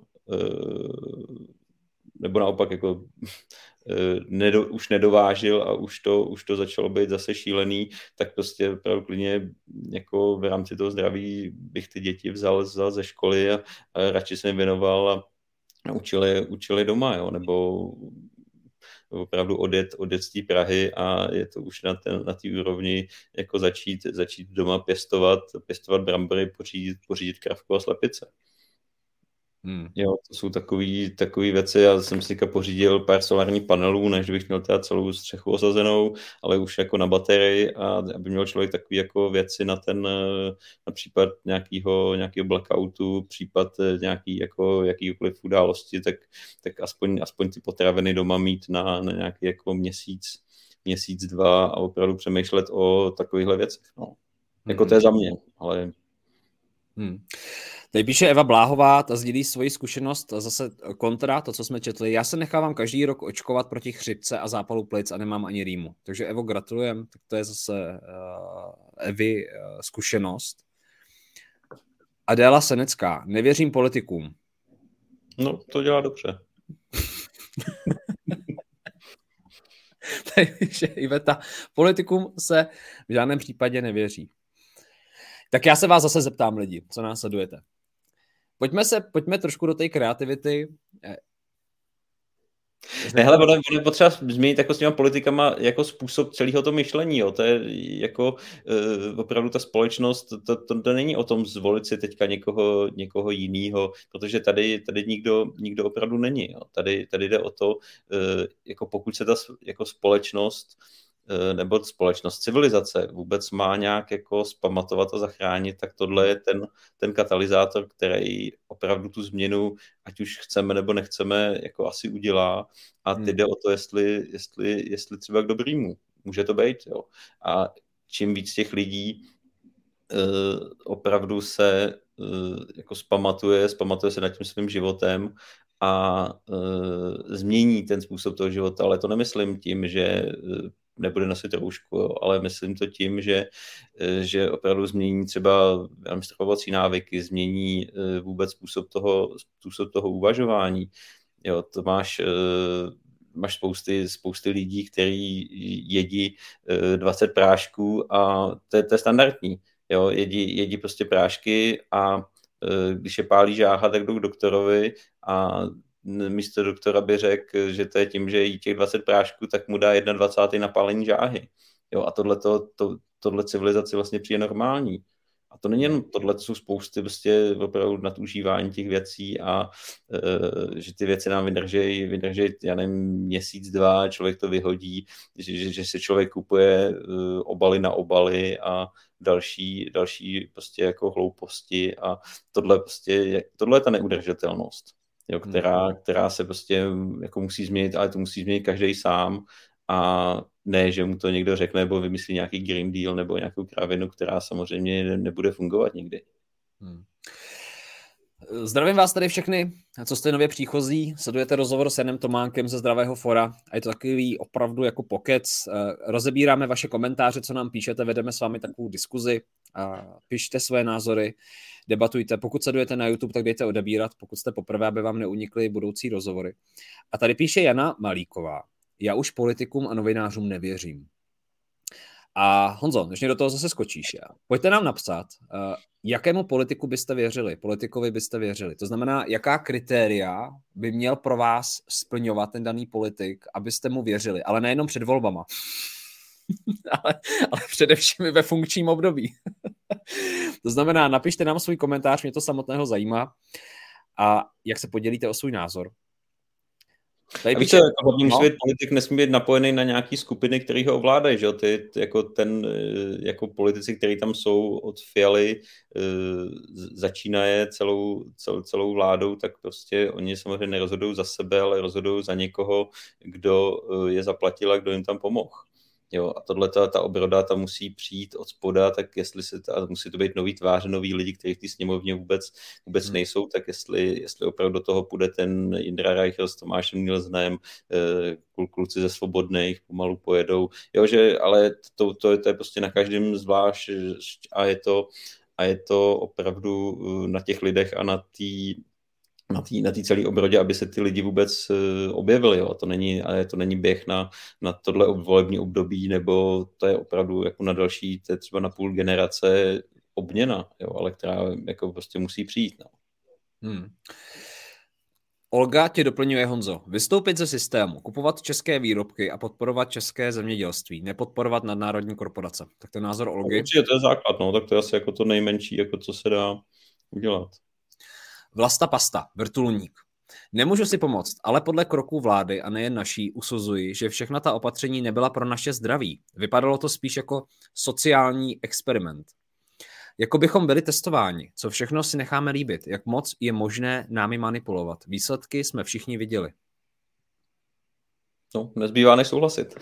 nebo naopak jako nedo, už nedovážil a už to, už to začalo být zase šílený, tak prostě opravdu klidně jako v rámci toho zdraví bych ty děti vzal, vzal ze školy a, a radši jsem věnoval a učili, učili doma, jo, nebo opravdu odjet, odjet z té Prahy a je to už na té na té úrovni jako začít, začít doma pěstovat, pěstovat brambory, pořídit, pořídit kravku a slepice. Hmm. Jo, to jsou takový, takový věci. Já jsem si pořídil pár solárních panelů, než bych měl teda celou střechu osazenou, ale už jako na baterii, a aby měl člověk takový jako věci na ten, na případ nějakého, nějakého blackoutu, případ nějaký jako jakýkoliv události, tak, tak aspoň, aspoň ty potraviny doma mít na, na nějaký jako měsíc, měsíc, dva a opravdu přemýšlet o takovýchhle věcech. No. Jako to je za mě, ale... Hmm. Tady píše Eva Bláhová, ta sdílí svoji zkušenost, zase kontra, to, co jsme četli. Já se nechávám každý rok očkovat proti chřipce a zápalu plic a nemám ani rýmu. Takže Evo, gratulujem, tak to je zase uh, Evy uh, zkušenost. Adéla Senecká, nevěřím politikům. No, to dělá dobře. Tady píše Iveta, politikům se v žádném případě nevěří. Tak já se vás zase zeptám, lidi, co nás sledujete. Pojďme se, pojďme trošku do té kreativity. Ne, hele, ono je potřeba změnit jako s těma politikama jako způsob celého toho myšlení, jo. To je jako uh, opravdu ta společnost, to, to, to není o tom zvolit si teďka někoho, někoho jinýho, protože tady, tady nikdo, nikdo opravdu není, jo. Tady, tady jde o to, uh, jako pokud se ta jako společnost nebo společnost, civilizace vůbec má nějak jako zpamatovat a zachránit, tak tohle je ten, ten katalyzátor, který opravdu tu změnu, ať už chceme nebo nechceme, jako asi udělá. A teď jde o to, jestli, jestli, jestli třeba k dobrýmu. Může to být, jo. A čím víc těch lidí uh, opravdu se uh, jako zpamatuje, zpamatuje se nad tím svým životem a uh, změní ten způsob toho života, ale to nemyslím tím, že uh, nebude nosit roušku, jo, ale myslím to tím, že, že opravdu změní třeba stravovací návyky, změní vůbec způsob toho, způsob toho uvažování. Jo, to máš, máš spousty, spousty lidí, kteří jedí dvacet prášků a to je, to je standardní. Jo, jedí, jedí prostě prášky a když je pálí žáha, tak jdou k doktorovi a místo doktora by řekl, že to je tím, že jí těch dvacet prášků, tak mu dá dvacet jedna napálení žáhy. Jo, a tohleto, to, tohle civilizaci vlastně přijde normální. A to není jen tohle, to jsou spousty prostě opravdu nadužívání těch věcí a uh, že ty věci nám vydržejí, vydržejí, já nevím, měsíc, dva, člověk to vyhodí, že, že, že se člověk kupuje uh, obaly na obaly a další, další prostě jako hlouposti a tohle prostě, tohle je ta neudržitelnost. Jo, která, která se prostě jako musí změnit, ale to musí změnit každý sám a ne, že mu to někdo řekne nebo vymyslí nějaký Green Deal nebo nějakou kravinu, která samozřejmě nebude fungovat nikdy. Hmm. Zdravím vás tady všechny, co jste nově příchozí, sledujete rozhovor s Janem Tománkem ze Zdravého fora a je to takový opravdu jako pokec. Rozebíráme vaše komentáře, co nám píšete, vedeme s vámi takovou diskuzi, pište své názory, debatujte. Pokud sledujete na YouTube, tak dejte odebírat, pokud jste poprvé, aby vám neunikly budoucí rozhovory. A tady píše Jana Malíková. Já už politikům a novinářům nevěřím. A Honzo, než mě do toho zase skočíš, já. Pojďte nám napsat, uh, jakému politiku byste věřili, politikovi byste věřili. To znamená, jaká kritéria by měl pro vás splňovat ten daný politik, abyste mu věřili, ale nejenom před volbama, ale, ale především i ve funkčním období. To znamená, napište nám svůj komentář, mě to samotného zajímá a jak se podělíte o svůj názor. Tady víš, jako hlavní musí být politik, nesmí být napojený na nějaký skupiny, který ho ovládají, že jo, ty, jako ten, jako politici, kteří tam jsou od Fialy, začínaje celou, celou, celou vládou, tak prostě oni samozřejmě nerozhodují za sebe, ale rozhodují za někoho, kdo je zaplatil a kdo jim tam pomohl. Jo, a tohle ta, ta obroda, ta musí přijít od spoda, tak jestli se ta, musí to být nový tváře, noví lidi, kteří v té sněmovně vůbec, vůbec hmm. nejsou, tak jestli, jestli opravdu do toho půjde ten Jindra Reichel s Tomášem Nilsnem, kul, kluci ze Svobodných pomalu pojedou, jo, že, ale to, to, to je prostě na každém zvlášť a je to, a je to opravdu na těch lidech a na té na té na celé obrodě, aby se ty lidi vůbec uh, objevili. Jo. To není, ale to není běh na, na tohle volební období, nebo to je opravdu jako na další, to je třeba na půl generace obměna, jo, ale která jako prostě musí přijít. No. Hmm. Olga tě doplňuje, Honzo. Vystoupit ze systému, kupovat české výrobky a podporovat české zemědělství, nepodporovat nadnárodní korporace. Tak ten názor Olgy. Určitě to je základ, no, tak to je asi jako to nejmenší, jako co se dá udělat. Vlasta Pasta, vrtulník. Nemůžu si pomoct, ale podle kroků vlády a nejen naší usuzuji, že všechna ta opatření nebyla pro naše zdraví. Vypadalo to spíš jako sociální experiment. Jako bychom byli testováni, co všechno si necháme líbit, jak moc je možné námi manipulovat. Výsledky jsme všichni viděli. No, nezbývá než souhlasit.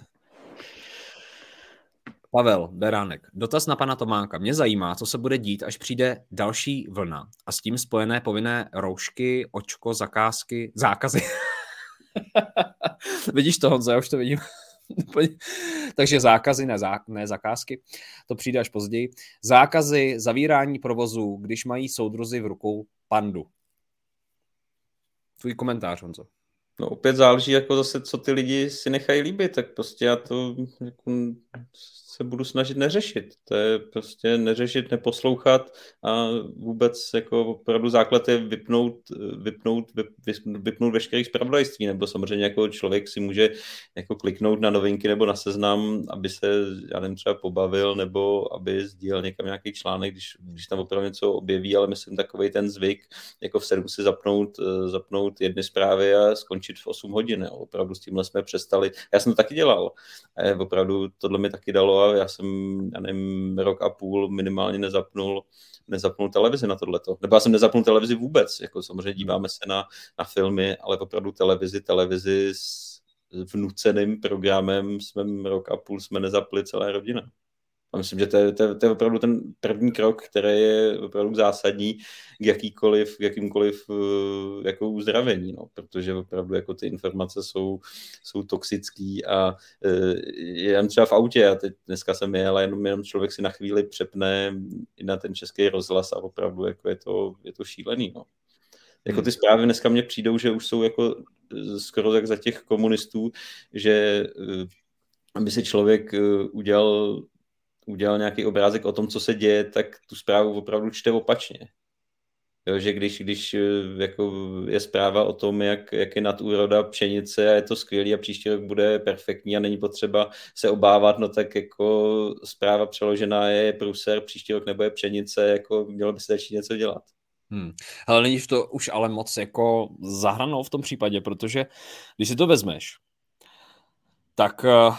Pavel Beránek. Dotaz na pana Tománka. Mě zajímá, co se bude dít, až přijde další vlna a s tím spojené povinné roušky, očko, zakázky, zákazy. Vidíš to, Honzo, já už to vidím. Takže zákazy, ne, zá, ne zakázky, to přijde až později. Zákazy, zavírání provozů, když mají soudruzi v rukou pandu. Tvůj komentář, Honzo. No opět záleží jako zase, co ty lidi si nechají líbit, tak prostě já to jako se budu snažit neřešit. To je prostě neřešit, neposlouchat a vůbec jako opravdu základ je vypnout, vypnout, vyp, vypnout veškeré zpravodajství, nebo samozřejmě jako člověk si může jako kliknout na novinky nebo na Seznam, aby se, já nevím, třeba pobavil, nebo aby sdílel někam nějaký článek, když, když tam opravdu něco objeví, ale myslím takovej ten zvyk, jako v sedm si zapnout, zapnout jedny zprávy a skončit v osm hodin. Jo. Opravdu s tímhle jsme přestali. Já jsem to taky dělal. A opravdu tohle mi taky dalo a já jsem, já nevím, rok a půl minimálně nezapnul, nezapnul televizi na tohleto. Nebo já jsem nezapnul televizi vůbec. Jako samozřejmě díváme se na, na filmy, ale opravdu televizi, televizi s vnuceným programem jsme rok a půl jsme nezapli celá rodina. A myslím, že to je, to, je, to je opravdu ten první krok, který je opravdu zásadní k jakýkoliv, k jakýmkoliv jako uzdravení, no, protože opravdu jako ty informace jsou, jsou toxický a je jen třeba v autě a teď dneska jsem jel a jenom, jenom člověk si na chvíli přepne i na ten český rozhlas a opravdu jako je, to, je to šílený, no. Jako ty zprávy dneska mně přijdou, že už jsou jako skoro tak za těch komunistů, že aby si člověk udělal udělal nějaký obrázek o tom, co se děje, tak tu zprávu opravdu čte opačně. Jo, že když, když jako je zpráva o tom, jak, jak je nadúroda pšenice a je to skvělý a příští rok bude perfektní a není potřeba se obávat, no tak jako zpráva přeložená je průser, příští rok nebude pšenice, jako mělo by se začít něco dělat. Hmm. Ale není to už ale moc jako zahranou v tom případě, protože když si to vezmeš, tak uh,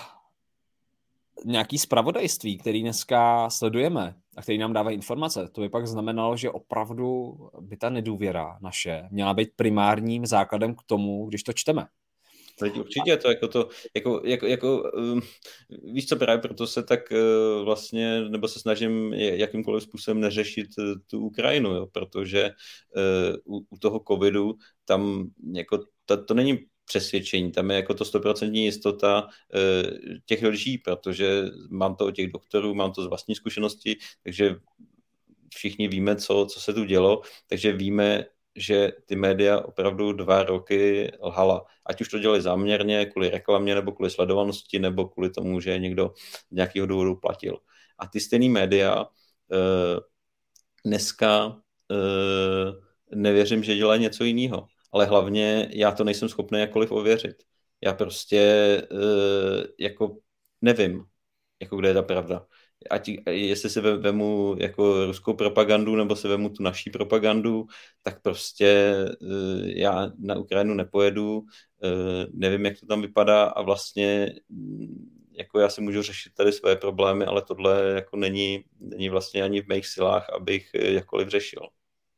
nějaký zpravodajství, který dneska sledujeme a který nám dává informace, to by pak znamenalo, že opravdu by ta nedůvěra naše měla být primárním základem k tomu, když to čteme. Teď určitě to jako to, jako, jako, jako um, víš co, právě proto se tak uh, vlastně, nebo se snažím jakýmkoliv způsobem neřešit uh, tu Ukrajinu, jo, protože uh, u, u toho covidu tam jako to, to není přesvědčení, tam je jako to stoprocentní jistota uh, těch lží, protože mám to od těch doktorů, mám to z vlastní zkušenosti, takže všichni víme, co, co se tu dělo, takže víme, že ty média opravdu dva roky lhala. Ať už to dělali záměrně, kvůli reklamě, nebo kvůli sledovanosti, nebo kvůli tomu, že někdo z nějakého důvodu platil. A ty stejný média uh, dneska uh, nevěřím, že dělají něco jiného. Ale hlavně já to nejsem schopný jakkoliv ověřit. Já prostě uh, jako nevím, jako kde je ta pravda. Ať, jestli si vemu jako ruskou propagandu nebo si vemu tu naší propagandu, tak prostě uh, já na Ukrajinu nepojedu, uh, nevím, jak to tam vypadá a vlastně jako já si můžu řešit tady své problémy, ale tohle jako není, není vlastně ani v mých silách, abych jakkoliv řešil.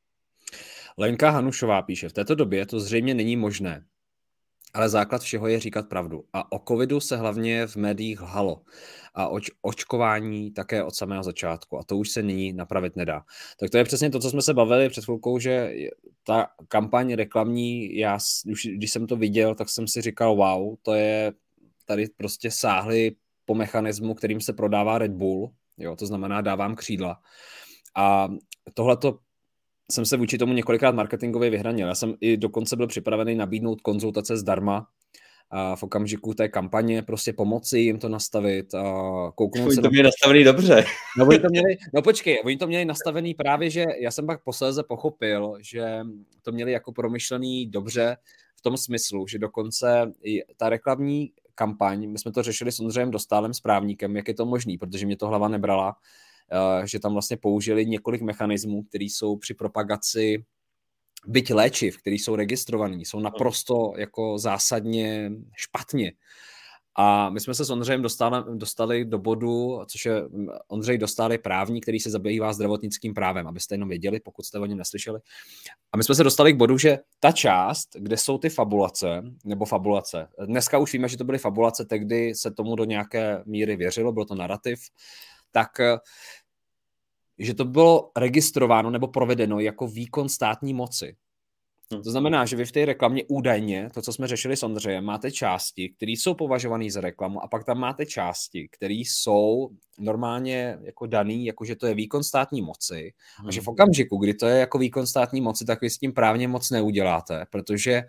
Lenka Hanušová píše, v této době to zřejmě není možné, ale základ všeho je říkat pravdu. A o covidu se hlavně v médiích lhalo. A o očkování také od samého začátku. A to už se nyní napravit nedá. Tak to je přesně to, co jsme se bavili před chvilkou, že ta kampaň reklamní, já, když jsem to viděl, tak jsem si říkal, wow, to je tady prostě sáhli po mechanismu, kterým se prodává Red Bull. Jo, to znamená, dávám křídla. A tohleto jsem se vůči tomu několikrát marketingově vyhranil. Já jsem i dokonce byl připravený nabídnout konzultace zdarma a v okamžiku té kampaně prostě pomoci jim to nastavit a kouknout Oni se to na měli nastavený dobře. No, oni to měli, no počkej, oni to měli nastavený právě, že já jsem pak posléze pochopil, že to měli jako promyšlený dobře v tom smyslu, že dokonce i ta reklamní kampaň, my jsme to řešili s Ondřejem Dostálem, s právníkem, jak je to možný, protože mě to hlava nebrala, že tam vlastně použili několik mechanismů, které jsou při propagaci byť léčiv, které jsou registrovaný, jsou naprosto jako zásadně špatně. A my jsme se s Ondřejem dostali, dostali do bodu, což je Ondřej Dostál je právník, který se zabývá zdravotnickým právem, abyste jenom věděli, pokud jste o něm neslyšeli. A my jsme se dostali k bodu, že ta část, kde jsou ty fabulace, nebo fabulace, dneska už víme, že to byly fabulace, tehdy se tomu do nějaké míry věřilo, byl to narrativ, tak že to bylo registrováno nebo provedeno jako výkon státní moci. To znamená, že vy v té reklamě údajně, to, co jsme řešili s Ondřejem, máte části, které jsou považované za reklamu a pak tam máte části, které jsou normálně jako daný, jakože to je výkon státní moci a že v okamžiku, kdy to je jako výkon státní moci, tak vy s tím právně moc neuděláte, protože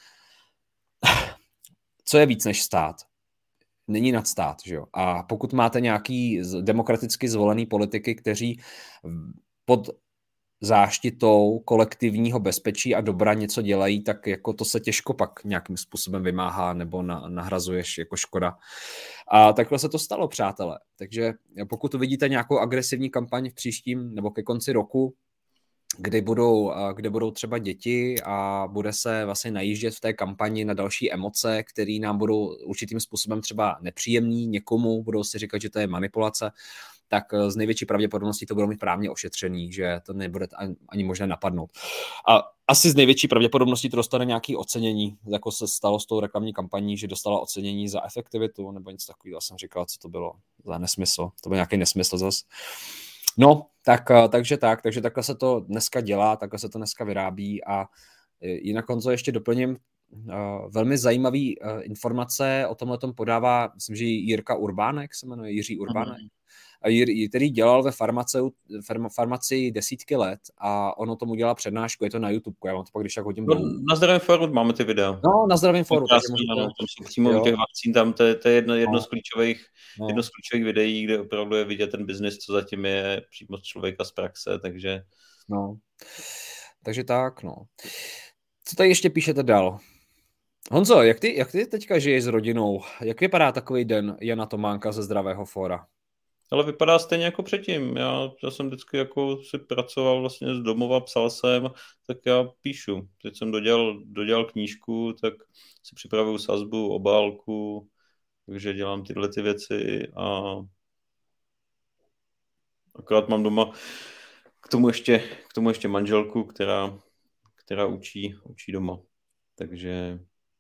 co je víc než stát? Není nad stát, že jo? A pokud máte nějaký demokraticky zvolený politiky, kteří pod záštitou kolektivního bezpečí a dobra něco dělají, tak jako to se těžko pak nějakým způsobem vymáhá nebo na, nahrazuješ jako škoda. A takhle se to stalo, přátelé. Takže pokud uvidíte nějakou agresivní kampaň v příštím nebo ke konci roku, kdy budou, kde budou třeba děti a bude se vlastně najíždět v té kampani na další emoce, které nám budou určitým způsobem třeba nepříjemný někomu, budou si říkat, že to je manipulace, tak z největší pravděpodobností to budou mít právně ošetřený, že to nebude ani možné napadnout. A asi z největší pravděpodobností to dostane nějaké ocenění, jako se stalo s tou reklamní kampaní, že dostala ocenění za efektivitu, nebo něco takového, jsem říkal, co to bylo za nesmysl. To byl nějaký nesmysl zase. No, tak, takže tak, takže takhle se to dneska dělá, takhle se to dneska vyrábí a jinak Honzo ještě doplním, Uh, velmi zajímavý uh, informace o tomhletom podává, myslím, že Jirka Urbánek se jmenuje, Jiří Urbánek, mm-hmm. který dělal ve farmaceu, farm, farmacii desítky let a on o tom udělal přednášku, je to na YouTube, já vám to pak když tak hodím no, dolů. Na Zdravém fóru máme ty videa. No, na Zdravém fóru. Krásný, ano, tam jsou přímo u těch vakcín, tam to je, to je jedno, jedno, no. z klíčových, no. jedno z klíčových videí, kde opravdu je vidět ten biznis, co zatím je přímo z člověka z praxe, takže... No, takže tak, no. Co tady ještě píšete dál? Honzo, jak ty, jak ty teďka žiješ s rodinou? Jak vypadá takový den Jana Tománka ze Zdravého fóra? Ale vypadá stejně jako předtím. Já, já jsem vždycky jako si pracoval vlastně z domova, psal jsem, tak já píšu. Teď jsem dodělal, dodělal knížku, tak si připravuju sazbu, obálku, takže dělám tyhle ty věci a akorát mám doma k tomu ještě, k tomu ještě manželku, která, která učí, učí doma. Takže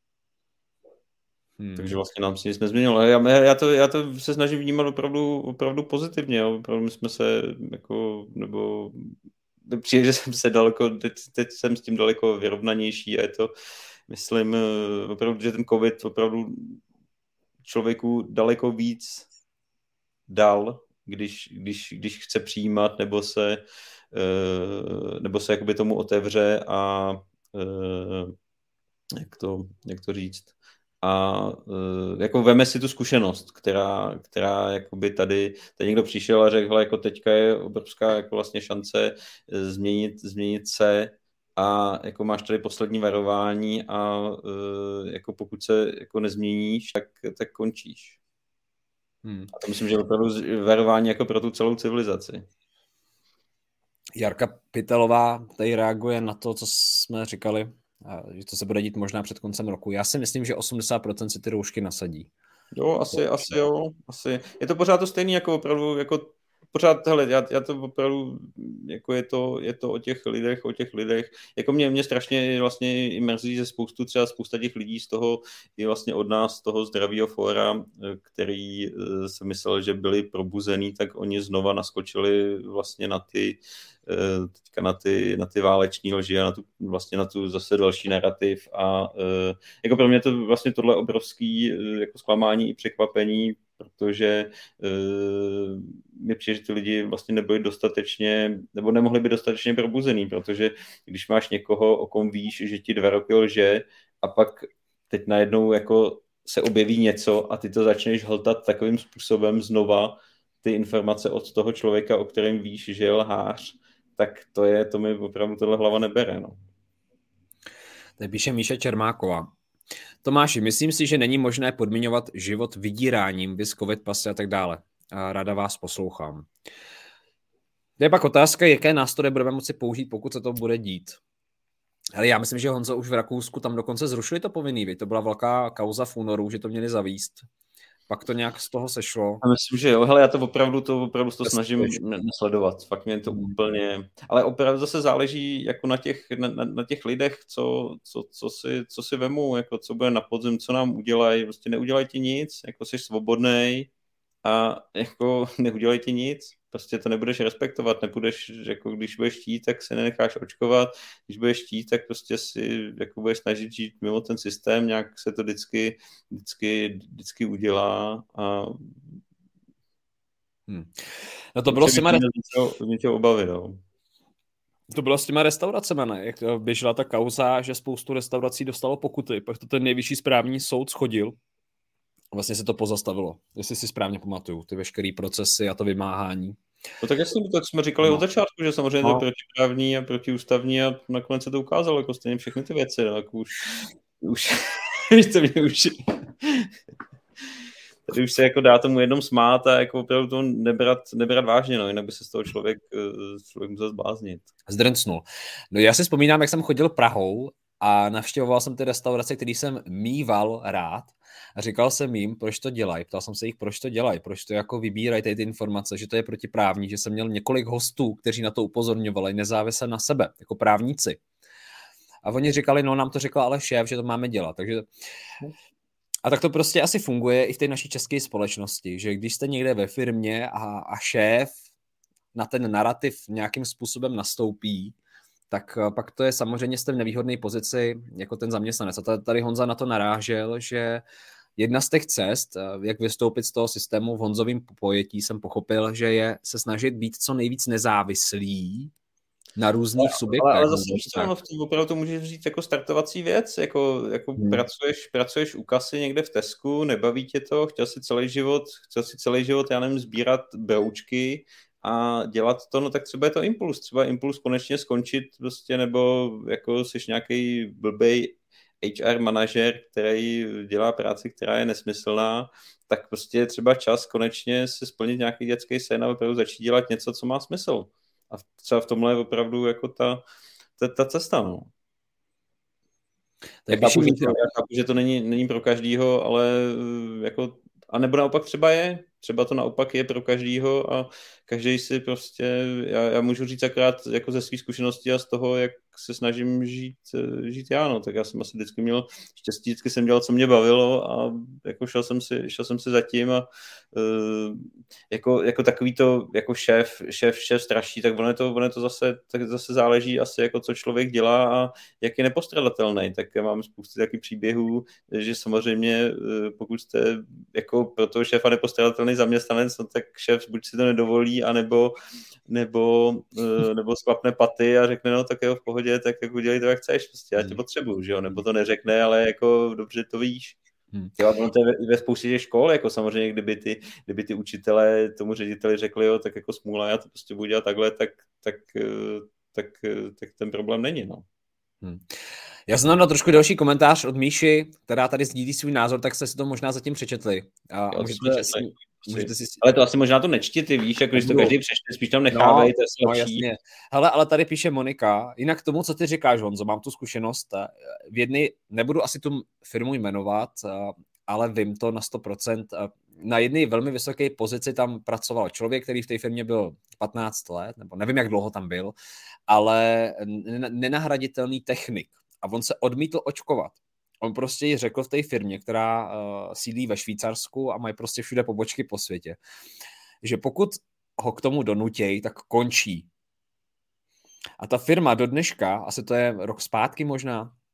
Hmm. Takže vlastně nám se nic nezměnilo. Já, já, to, já to se snažím vnímat opravdu, opravdu pozitivně. Jo. Opravdu my jsme se jako, nebo přijde, že jsem se daleko, teď, teď jsem s tím daleko vyrovnanější a je to, myslím, opravdu, že ten covid opravdu člověku daleko víc dal, když, když, když chce přijímat nebo se, nebo se jakoby tomu otevře a jak to, jak to říct, a uh, jako veme si tu zkušenost, která, která jakoby tady, tady někdo přišel a řekl, jako teďka je obrovská jako vlastně šance změnit, změnit se a jako máš tady poslední varování a uh, jako pokud se jako nezměníš, tak, tak končíš. Hmm. A to myslím, že je opravdu varování jako pro tu celou civilizaci. Jarka Pitelová tady reaguje na to, co jsme říkali, že to se bude dít možná před koncem roku. Já si myslím, že osmdesát procent si ty roušky nasadí. Jo, asi, to, asi jo. Asi. Je to pořád to stejný, jako opravdu, jako pořád, hele, já, já to opravdu, jako je to, je to o těch lidech, o těch lidech. Jako mě, mě strašně vlastně i mrzí, že spoustu, třeba spousta těch lidí z toho, i vlastně od nás, z toho Zdravého fóra, který se myslel, že byli probuzený, tak oni znova naskočili vlastně na ty, teďka na ty, na ty váleční lži a na tu, vlastně na tu zase další narrativ a jako pro mě to vlastně tohle obrovský jako zklamání i překvapení, protože uh, mi přijde, že ty lidi vlastně nebyli dostatečně, nebo nemohli být dostatečně probuzený, protože když máš někoho, o kom víš, že ti dva roky lže a pak teď najednou jako se objeví něco a ty to začneš hltat takovým způsobem znova, ty informace od toho člověka, o kterém víš, že je lhář, tak to je, to mi opravdu tohle hlava nebere, no. Tady píše Míša Čermáková. Tomáši, myslím si, že není možné podmiňovat život vydíráním, viz covid pasy a tak dále. A ráda vás poslouchám. To je pak otázka, jaké nástroje budeme moci použít, pokud se to bude dít. Ale já myslím, že Honzo už v Rakousku tam dokonce zrušili to povinný. To byla velká kauza v únoru, že to měli zavíst. Pak to nějak z toho sešlo. A myslím, že jo. Hele, já to opravdu to opravdu to snažím nesledovat. Fakt mě to hmm. úplně... Ale opravdu zase záleží jako na těch, na, na těch lidech, co, co, co, si, co si vemu, jako co bude na podzim, co nám udělají. Prostě neudělají ti nic, jako jsi svobodnej a jako neudělají ti nic. Prostě to nebudeš respektovat, nebudeš, jako když budeš chtít, tak se nenecháš očkovat, když budeš chtít, tak prostě si jako budeš snažit žít mimo ten systém, nějak se to vždycky, vždycky, vždycky udělá a hmm. No to bylo s těma... Něčeho obavy, no. To bylo s těma restauracemi, ne? Jak běžela ta kauza, že spoustu restaurací dostalo pokuty, pak to ten nejvyšší správní soud shodil. Vlastně se to pozastavilo, jestli si správně pamatuju, ty veškerý procesy a to vymáhání. No tak jasně, tak jsme říkali no. od začátku, že samozřejmě no. to je protiprávní a protiústavní a nakonec se to ukázalo, jako stejně všechny ty věci, no, jako už, už, to mě už, tady už se jako dá tomu jednom smát a jako opravdu to nebrat, nebrat vážně, no, jinak by se z toho člověk, člověk musel zbláznit. Zdrncnul. No já si vzpomínám, jak jsem chodil Prahou a navštěvoval jsem ty restaurace, který jsem mýval rád. A říkal jsem jim, proč to dělají. Ptal jsem se jich, proč to dělají, proč to jako vybírají tady ty informace, že to je protiprávní, že jsem měl několik hostů, kteří na to upozorňovali, nezávisle na sebe, jako právníci. A oni říkali, no nám to řekl ale šéf, že to máme dělat. Takže... A tak to prostě asi funguje i v té naší české společnosti, že když jste někde ve firmě a, a šéf na ten narrativ nějakým způsobem nastoupí, tak pak to je samozřejmě jste v nevýhodné pozici jako ten zaměstnanec. A tady Honza na to narážel, že jedna z těch cest, jak vystoupit z toho systému v Honzovým pojetí, jsem pochopil, že je se snažit být co nejvíc nezávislý na různých ale, subjektech. Ale, ale zase víš co, no, v tom opravdu to můžeš říct jako startovací věc, jako, jako hmm. pracuješ, pracuješ u kasy někde v Tesku, nebaví tě to, chtěl si celý život, chtěl si celý život, já nevím, sbírat broučky a dělat to, no tak třeba je to impuls, třeba impuls konečně skončit prostě, nebo jako jsi nějaký blbej há er manažer, který dělá práci, která je nesmyslná, tak prostě je třeba čas konečně se splnit nějaký dětský sen a opravdu začít dělat něco, co má smysl. A třeba v tomhle je opravdu jako ta, ta, ta cesta, no. Já chápu, že to, já chápu, že to není, není pro každýho, ale jako, a nebo naopak třeba je, třeba to naopak je pro každýho a každý si prostě, já, já můžu říct akorát jako ze svých zkušeností a z toho, jak se snažím žít, žít já, no, tak já jsem asi vždycky měl štěstí, vždycky jsem dělal, co mě bavilo a jako šel jsem si, šel jsem si zatím a uh, jako, jako takový to, jako šéf, šéf, šéf straší, tak ono je to, ono je to zase, tak zase záleží asi jako co člověk dělá a jak je nepostradatelný, tak já mám spoustu takových příběhů, že samozřejmě pokud jste jako pro toho šéfa nepostradatelný zaměstnanec, no, tak šéf buď si to nedovolí, anebo nebo, nebo sklapne paty a řekne, no tak jo, v pohodě, tak jako udělej to, jak chceš, prostě já tě potřebuju, že jo, nebo to neřekne, ale jako dobře to víš. Hmm. Jo, ono to je ve, ve spoustě těch škol, jako samozřejmě, kdyby ty, kdyby ty učitelé tomu řediteli řekli, jo, tak jako smůla, já to prostě budu dělat takhle, tak, tak, tak, tak ten problém není, no. Hmm. Já jsem na trošku další komentář od Míši, která tady sdílí svůj názor, tak jste si to možná zatím přečetli. A jo, můžete, si, můžete si... Ale to asi možná to nečti, ty víš, jako když to každý přečte, spíš tam nechávej, no, to je no, jasně. Hele, ale tady píše Monika, jinak tomu, co ty říkáš, Honzo, mám tu zkušenost, v jedny, nebudu asi tu firmu jmenovat, ale vím to na sto procent, na jedné velmi vysoké pozici tam pracoval člověk, který v té firmě byl patnáct let, nebo nevím, jak dlouho tam byl, ale nenahraditelný technik. A on se odmítl očkovat. On prostě jí řekl v té firmě, která uh, sídlí ve Švýcarsku a mají prostě všude pobočky po světě, že pokud ho k tomu donutějí, tak končí. A ta firma do dneška, asi to je rok zpátky možná,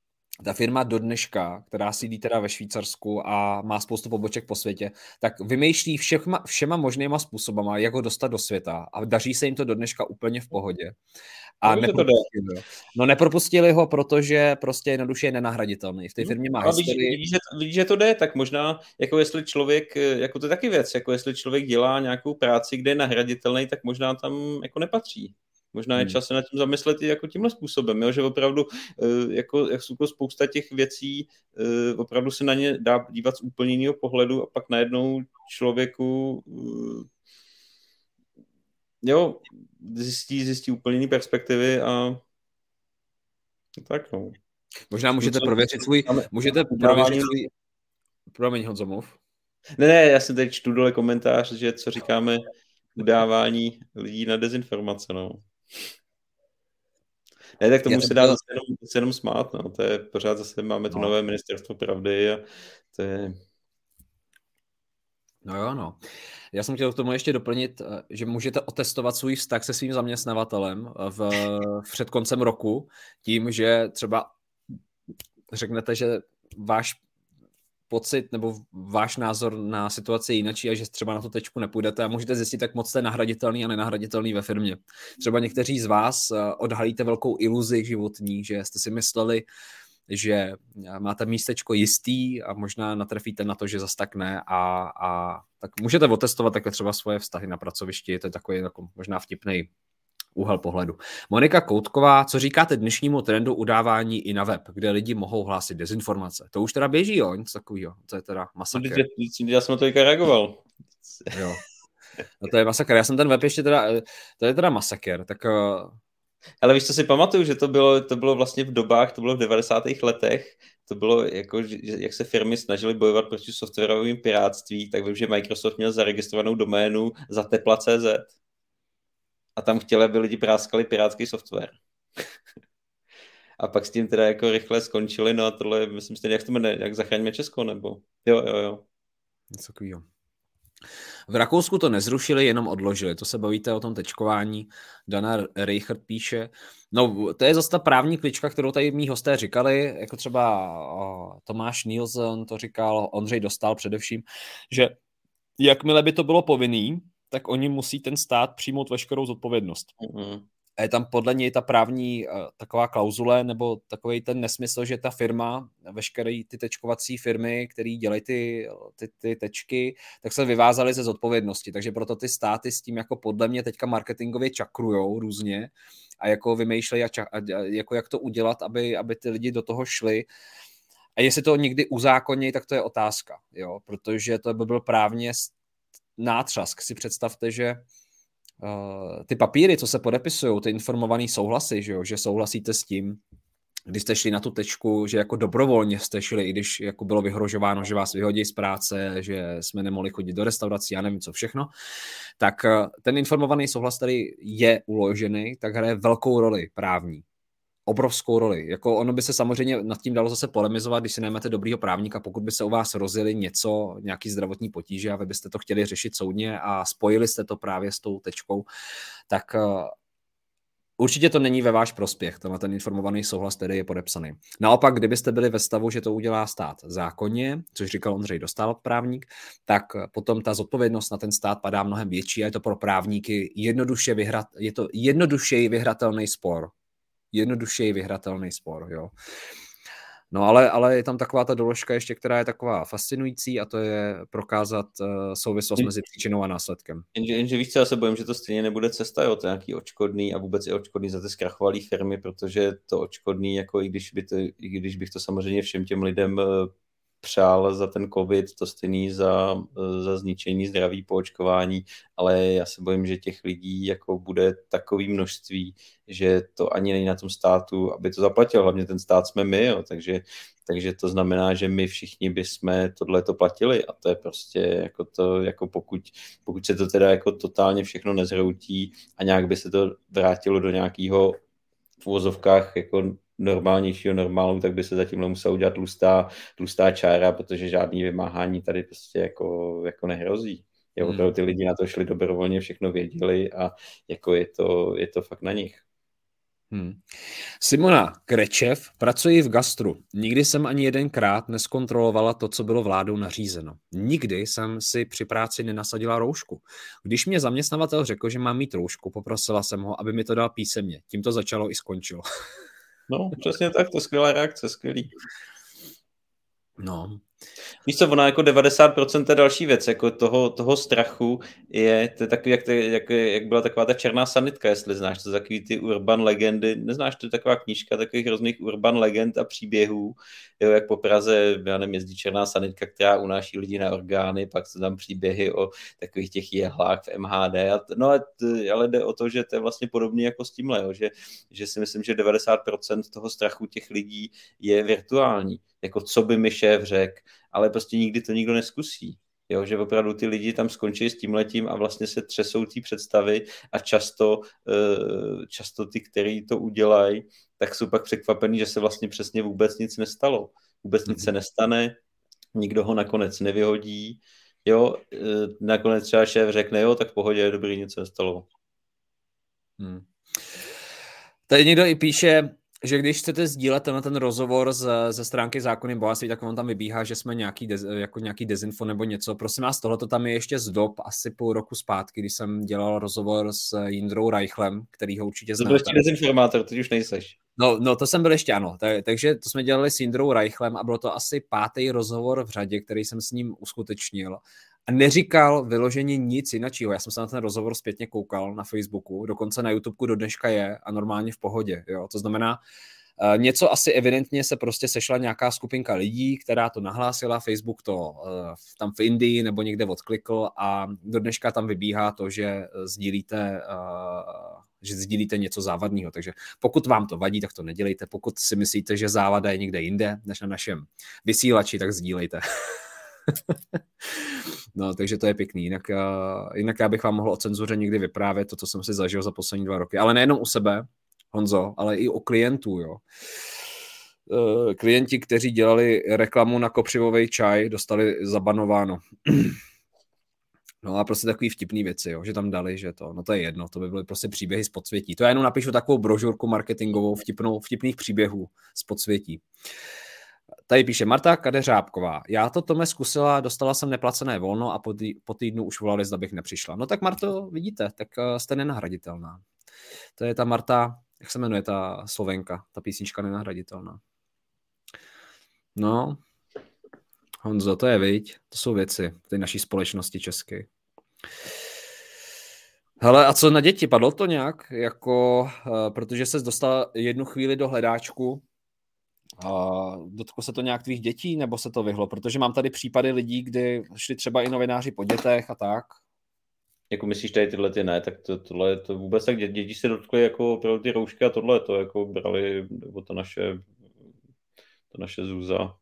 ta firma do dneška, která sídlí teda ve Švýcarsku a má spoustu poboček po světě, tak vymýšlí všema, všema možnýma způsobama, jak ho dostat do světa a daří se jim to do dneška úplně v pohodě. A nepropustili ho. No nepropustili ho, protože prostě jednoduše je nenahraditelný. V té firmě má ale historii. Víš, že, víš, že to jde, tak možná, jako jestli člověk, jako to je taky věc, jako jestli člověk dělá nějakou práci, kde je nahraditelný, tak možná tam jako nepatří. Možná je čas se nad tím zamyslet i jako tímhle způsobem, jo? Že opravdu jako, jako spousta těch věcí opravdu se na ně dá dívat z úplně jiného pohledu a pak najednou člověku jo, zjistí, zjistí úplně jiné perspektivy a tak no. Možná můžete no, prověřit svůj, můžete prověřit svůj, promiň Honzo, mluv. Ne, ne, já jsem teď čtu dole komentář, že co říkáme udávání lidí na dezinformace, no. Ne, tak tomu se dá zase jenom, se jenom smát, no. To je pořád zase, máme tu no. nové ministerstvo pravdy a to je... No jo, no. Já jsem chtěl k tomu ještě doplnit, že můžete otestovat svůj vztah se svým zaměstnavatelem v, v před koncem roku tím, že třeba řeknete, že váš pocit nebo váš názor na situaci je jinačí a že třeba na tu tečku nepůjdete a můžete zjistit, jak moc jste nahraditelný a nenahraditelný ve firmě. Třeba někteří z vás odhalíte velkou iluzi životní, že jste si mysleli, že máte místečko jistý a možná natrefíte na to, že zas tak ne a, a tak můžete otestovat takhle třeba svoje vztahy na pracovišti, to je takový jako možná vtipný úhel pohledu. Monika Koutková, co říkáte dnešnímu trendu udávání i na web, kde lidi mohou hlásit dezinformace? To už teda běží, jo? Něco takového. To je teda masakr. Já jsem na to reagoval. Jo. No to je masakr. Já jsem ten web ještě teda, to je teda masakr. Tak... Ale víš, co si pamatuju, že to bylo, to bylo vlastně v dobách, to bylo v devadesátých letech, to bylo jako, že, jak se firmy snažily bojovat proti softwarovým pirátství, tak vím, že Microsoft měl zaregistrovanou doménu zatepla tečka cé zet. A tam chtěli, aby lidi práskali pirátský software. A pak s tím teda jako rychle skončili, no a tohle, myslím si, jak to jmenuje, jak Zachraňme Česko, nebo? Jo, jo, jo. Něco takového. V Rakousku to nezrušili, jenom odložili. To se bavíte o tom tečkování. Dana Reichert píše. No, to je zase ta právní klička, kterou tady mý hosté říkali, jako třeba o, Tomáš Nielsen to říkal, Ondřej Dostál především, že jakmile by to bylo povinný, tak oni musí ten stát přijmout veškerou zodpovědnost. Mm-hmm. A je tam podle něj ta právní uh, taková klauzule, nebo takový ten nesmysl, že ta firma, veškeré ty tečkovací firmy, které dělají ty, ty, ty tečky, tak se vyvázaly ze zodpovědnosti. Takže proto ty státy s tím jako podle mě teďka marketingově čakrujou různě a jako vymýšlejí, a ča, a jako jak to udělat, aby, aby ty lidi do toho šli. A jestli to někdy uzákoní, tak to je otázka, jo? Protože to by byl právně nátřask. Si představte, že uh, ty papíry, co se podepisují, ty informovaný souhlasy, že, jo, že souhlasíte s tím, když jste šli na tu tečku, že jako dobrovolně jste šli, i když jako bylo vyhrožováno, že vás vyhodí z práce, že jsme nemohli chodit do restaurací, já nevím co všechno, tak uh, ten informovaný souhlas, který je uložený, tak hraje velkou roli právní. Obrovskou roli. Jako ono by se samozřejmě nad tím dalo zase polemizovat, když si najmete dobrýho právníka, pokud by se u vás rozjeli něco, nějaký zdravotní potíže a vy byste to chtěli řešit soudně a spojili jste to právě s tou tečkou, tak uh, určitě to není ve váš prospěch, tenhle ten informovaný souhlas, který je podepsaný. Naopak, kdybyste byli ve stavu, že to udělá stát zákonně, což říkal Ondřej Dostál, právník, tak potom ta zodpovědnost na ten stát padá mnohem větší a je to pro právníky jednoduše vyhrat, je to jednodušeji vyhratelný spor. jednodušeji vyhratelný spor, jo. No ale, ale je tam taková ta doložka ještě, která je taková fascinující a to je prokázat uh, souvislost jen, mezi příčinou a následkem. Jenže, jenže víš co, já se bojím, že to stejně nebude cesta, jo, to nějaký odškodný a vůbec i odškodný za ty zkrachovalé firmy, protože to odškodný, jako i když, by to, i když bych to samozřejmě všem těm lidem přál za ten covid, to stejný za, za zničení zdraví po očkování, ale já se bojím, že těch lidí jako bude takové množství, že to ani není na tom státu, aby to zaplatil, hlavně ten stát jsme my, jo, takže, takže to znamená, že my všichni bychom tohleto platili a to je prostě jako to, jako pokud, pokud se to teda jako totálně všechno nezhroutí a nějak by se to vrátilo do nějakého v uvozovkách jako normálnějšího normálu, tak by se zatím musela udělat tlustá, tlustá čára, protože žádný vymáhání tady prostě jako, jako nehrozí. Jo, hmm. Ty lidi na to šli dobrovolně, všechno věděli a jako je to, je to fakt na nich. Hmm. Simona Krečev, pracuji v gastru. Nikdy jsem ani jedenkrát neskontrolovala to, co bylo vládou nařízeno. Nikdy jsem si při práci nenasadila roušku. Když mě zaměstnavatel řekl, že mám mít roušku, poprosila jsem ho, aby mi to dal písemně. Tím to začalo i skončilo. No, přesně tak, to je skvělá reakce, skvělý. No. Víš co, ona jako devadesát procent je další věc, jako toho, toho strachu je, to je takový, jak, to, jak, jak byla taková ta černá sanitka, jestli znáš, to je takový ty urban legendy, neznáš, to je taková knížka takových různých urban legend a příběhů, jo, jak po Praze, já nevím, jezdí černá sanitka, která unáší lidi na orgány, pak jsou tam příběhy o takových těch jehlách v M H D, a t, no ale, t, ale jde o to, že to je vlastně podobné jako s tímhle, jo, že, že si myslím, že devadesát procent toho strachu těch lidí je virtuální, jako co by mi šéf řekl, ale prostě nikdy to nikdo neskusí. Jo, že opravdu ty lidi tam skončí s tímhletím a vlastně se třesou té představy a často, často ty, kteří to udělají, tak jsou pak překvapení, že se vlastně přesně vůbec nic nestalo. Vůbec nic se nestane, nikdo ho nakonec nevyhodí. Jo, nakonec třeba šéf řekne, jo, tak v pohodě, dobrý, nic se nestalo. Hmm. Tady někdo i píše, že když chcete sdílet tenhle ten rozhovor z, ze stránky Zákony bohatství, tak on tam vybíhá, že jsme nějaký, dez, jako nějaký dezinfo nebo něco. Prosím vás, tohleto tam je ještě z dob asi půl roku zpátky, když jsem dělal rozhovor s Jindrou Reichlem, který ho určitě znáte. To byl ještě dezinformátor, teď už nejseš. No, no, to jsem byl ještě, ano. Tak, takže to jsme dělali s Jindrou Reichlem a bylo to asi pátý rozhovor v řadě, který jsem s ním uskutečnil. A neříkal vyloženě nic jiného. Já jsem se na ten rozhovor zpětně koukal na Facebooku, dokonce na YouTubeku do dneška je a normálně v pohodě. Jo? To znamená, uh, něco asi evidentně se prostě sešla nějaká skupinka lidí, která to nahlásila, Facebook to uh, tam v Indii nebo někde odklikl a do dneška tam vybíhá to, že sdílíte, uh, že sdílíte něco závadného. Takže pokud vám to vadí, tak to nedělejte. Pokud si myslíte, že závada je někde jinde než na našem vysílači, tak sdílejte. No, takže to je pěkný. Jinak, uh, jinak já bych vám mohl o cenzuře někdy vyprávět to, co jsem si zažil za poslední dva roky. Ale nejenom u sebe, Honzo, ale i o klientů, jo. Uh, klienti, kteří dělali reklamu na kopřivový čaj, dostali zabanováno. No a prostě takový vtipný věci, jo, že tam dali, že to, no to je jedno, to by byly prostě příběhy z podsvětí. To já jenom napíšu takovou brožurku marketingovou, vtipnou, vtipných příběhů z podsvětí. Tady píše Marta Kadeřábková. Já to Tome zkusila, dostala jsem neplacené volno a po, tý, po týdnu už volali, zda bych nepřišla. No tak Marto, vidíte, tak uh, jste nenahraditelná. To je ta Marta, jak se jmenuje ta Slovenka, ta písnička Nenahraditelná. No, Honzo, to je, viď, to jsou věci v té naší společnosti české. Hele, a co na děti? Padlo to nějak? Jako, uh, protože ses dostal jednu chvíli do hledáčku. Uh, dotklo se to nějak tvých dětí, nebo se to vyhlo? Protože mám tady případy lidí, kdy šli třeba i novináři po dětech a tak. Jako myslíš tady tyhle ty ne, tak to, tohle to vůbec tak dě, děti se dotkly jako pro ty roušky a tohle to jako brali, nebo to naše, to naše Zůza.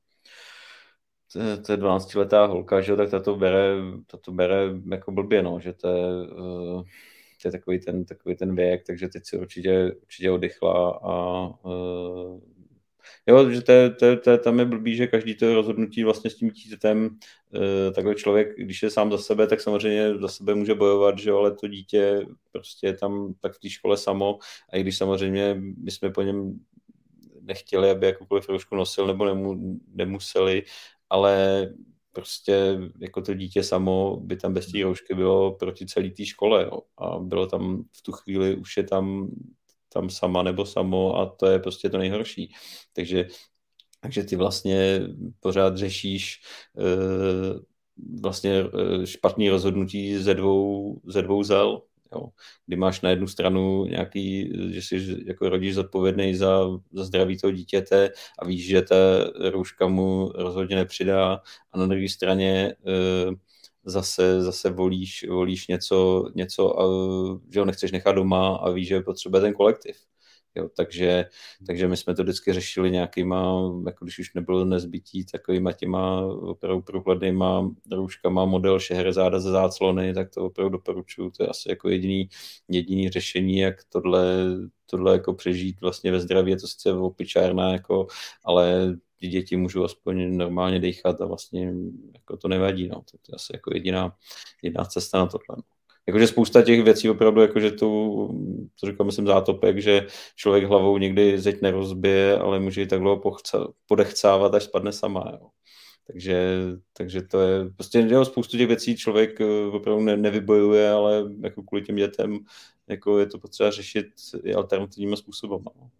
To, to je dvanáctiletá holka, že jo, tak ta to bere, ta to bere jako blbě, no, že to je, uh, to je takový ten, takový ten věk, takže teď si určitě, určitě oddychla a uh, jo, že to je, to, je, to je, tam je blbý, že každý to rozhodnutí vlastně s tím dítětem, e, takhle člověk, když je sám za sebe, tak samozřejmě za sebe může bojovat, že jo, ale to dítě prostě je tam tak v té škole samo a i když samozřejmě my jsme po něm nechtěli, aby jakoukoliv roušku nosil nebo nemu, nemuseli, ale prostě jako to dítě samo by tam bez té roušky bylo proti celé té škole, jo, a bylo tam v tu chvíli, už je tam tam sama nebo samo a to je prostě to nejhorší. Takže, takže ty vlastně pořád řešíš uh, vlastně špatný rozhodnutí ze dvou, ze dvou zel. Jo. Kdy máš na jednu stranu nějaký, že jsi jako rodič zodpovědný za, za zdraví toho dítěte a víš, že ta rouška mu rozhodně nepřidá a na druhé straně uh, zase, zase volíš, volíš něco, něco že ho nechceš nechat doma a víš, že potřebuje ten kolektiv. Jo, takže, takže my jsme to vždycky řešili nějakýma, jako když už nebylo nezbytí, takovýma těma opravdu průhlednýma rouškama, model Šehrezáda ze záclony, tak to opravdu doporučuju. To je asi jako jediný, jediný řešení, jak tohle, tohle jako přežít vlastně ve zdraví. Je to sice opičárna, jako, ale ty děti můžou aspoň normálně dýchat a vlastně jako to nevadí. No. To je asi jako jediná, jediná cesta na tohle. Jakože spousta těch věcí opravdu, jakože tu, to říkal myslím Zátopek, že člověk hlavou nikdy zeď nerozbije, ale může ji tak dlouho pochca, podechcávat, až spadne sama. Jo. Takže, takže to je prostě jo, spoustu těch věcí člověk opravdu ne, nevybojuje, ale jako kvůli těm dětem jako je to potřeba řešit i alternativníma způsoby. No.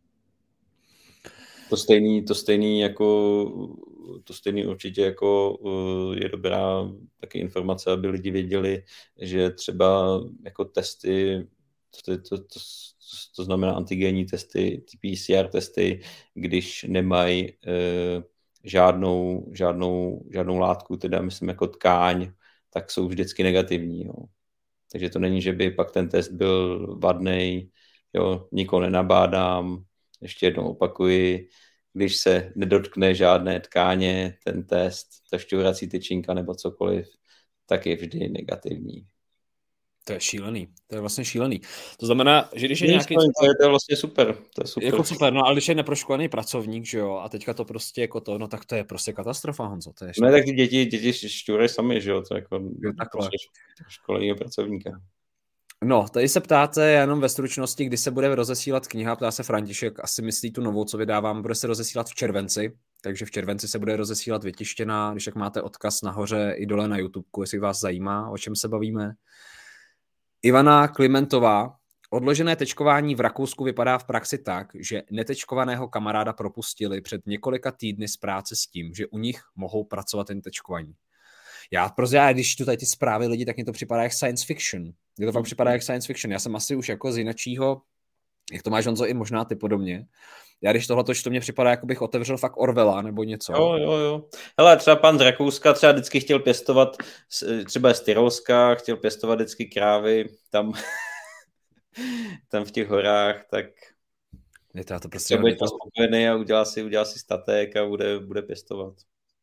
To stejný, to stejný jako to stejný určitě jako je dobrá taky informace, aby lidi věděli, že třeba jako testy, to, to, to, to, to znamená antigenní testy, P C R testy, když nemají eh, žádnou, žádnou, žádnou látku, teda myslím jako tkáň, tak jsou vždycky negativní. Jo. Takže to není, že by pak ten test byl vadnej, jo, nikoho nenabádám, ještě jednou opakuji, když se nedotkne žádné tkáně, ten test, ta šťourací tyčinka nebo cokoliv, tak je vždy negativní. To je šílený, to je vlastně šílený. To znamená, že když je Není nějaký... To je, to je vlastně super. To je super. Jako super, no ale když je neproškolený pracovník, že jo, a teďka to prostě jako to, no tak to je prostě katastrofa, Honzo. To je ne, tak ty děti, děti šťourají sami, že jo, to je jako takhle. školeného pracovníka. No, tady se ptáte jenom ve stručnosti, kdy se bude rozesílat kniha, ptá se František, asi myslí tu novou, co vydávám, bude se rozesílat v červenci, takže v červenci se bude rozesílat vytištěná, když jak máte odkaz nahoře i dole na YouTube, jestli vás zajímá, o čem se bavíme. Ivana Klimentová, odložené tečkování v Rakousku vypadá v praxi tak, že netečkovaného kamaráda propustili před několika týdny z práce s tím, že u nich mohou pracovat jen tečkovaní. Já prostě, já, když tu tady ty zprávy lidi, tak mi to připadá jak science fiction. Mně to fakt připadá jak science fiction. Já jsem asi už jako z jinačího, jak to máš, Honzo, i možná ty podobně. Já když tohle to mě připadá, jako bych otevřel fakt Orwella nebo něco. Jo, jo, jo. Hele, třeba pan z Rakouska třeba vždycky chtěl pěstovat, třeba z Tyrolska, chtěl pěstovat vždycky krávy tam, tam v těch horách, tak je to, to prostě bude to spokojený a udělá si, udělá si statek a bude, bude pěstovat.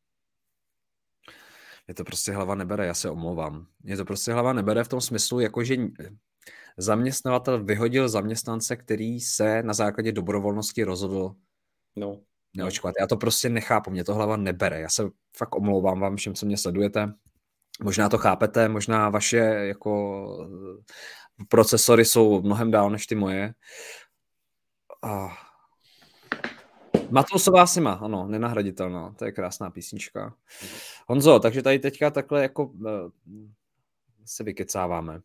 Mě to prostě hlava nebere, já se omlouvám. Mě to prostě hlava nebere v tom smyslu, jakože zaměstnavatel vyhodil zaměstnance, který se na základě dobrovolnosti rozhodl no. neočkovat. Já to prostě nechápu, mě to hlava nebere. Já se fakt omlouvám vám všem, co mě sledujete. Možná to chápete, možná vaše jako procesory jsou mnohem dál než ty moje. Ah. Matousová Sima, ano, nenahraditelná, to je krásná písnička. Honzo, takže tady teďka takhle jako uh, se vykecáváme.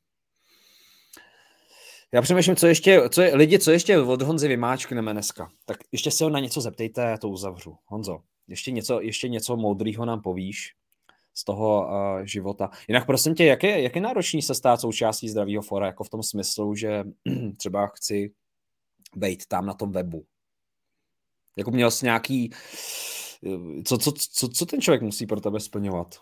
Já přemýšlím, co ještě, co je, lidi, co ještě od Honzy vymáčkneme dneska. Tak ještě se ho na něco zeptejte, já to uzavřu. Honzo, ještě něco, ještě něco moudrýho nám povíš z toho uh, života. Jinak prosím tě, jak je, jak je náročný se stát součástí Zdravýho fóra, jako v tom smyslu, že třeba chci bejt tam na tom webu. Jako měl jsi nějaký... Co, co, co, co ten člověk musí pro tebe splňovat?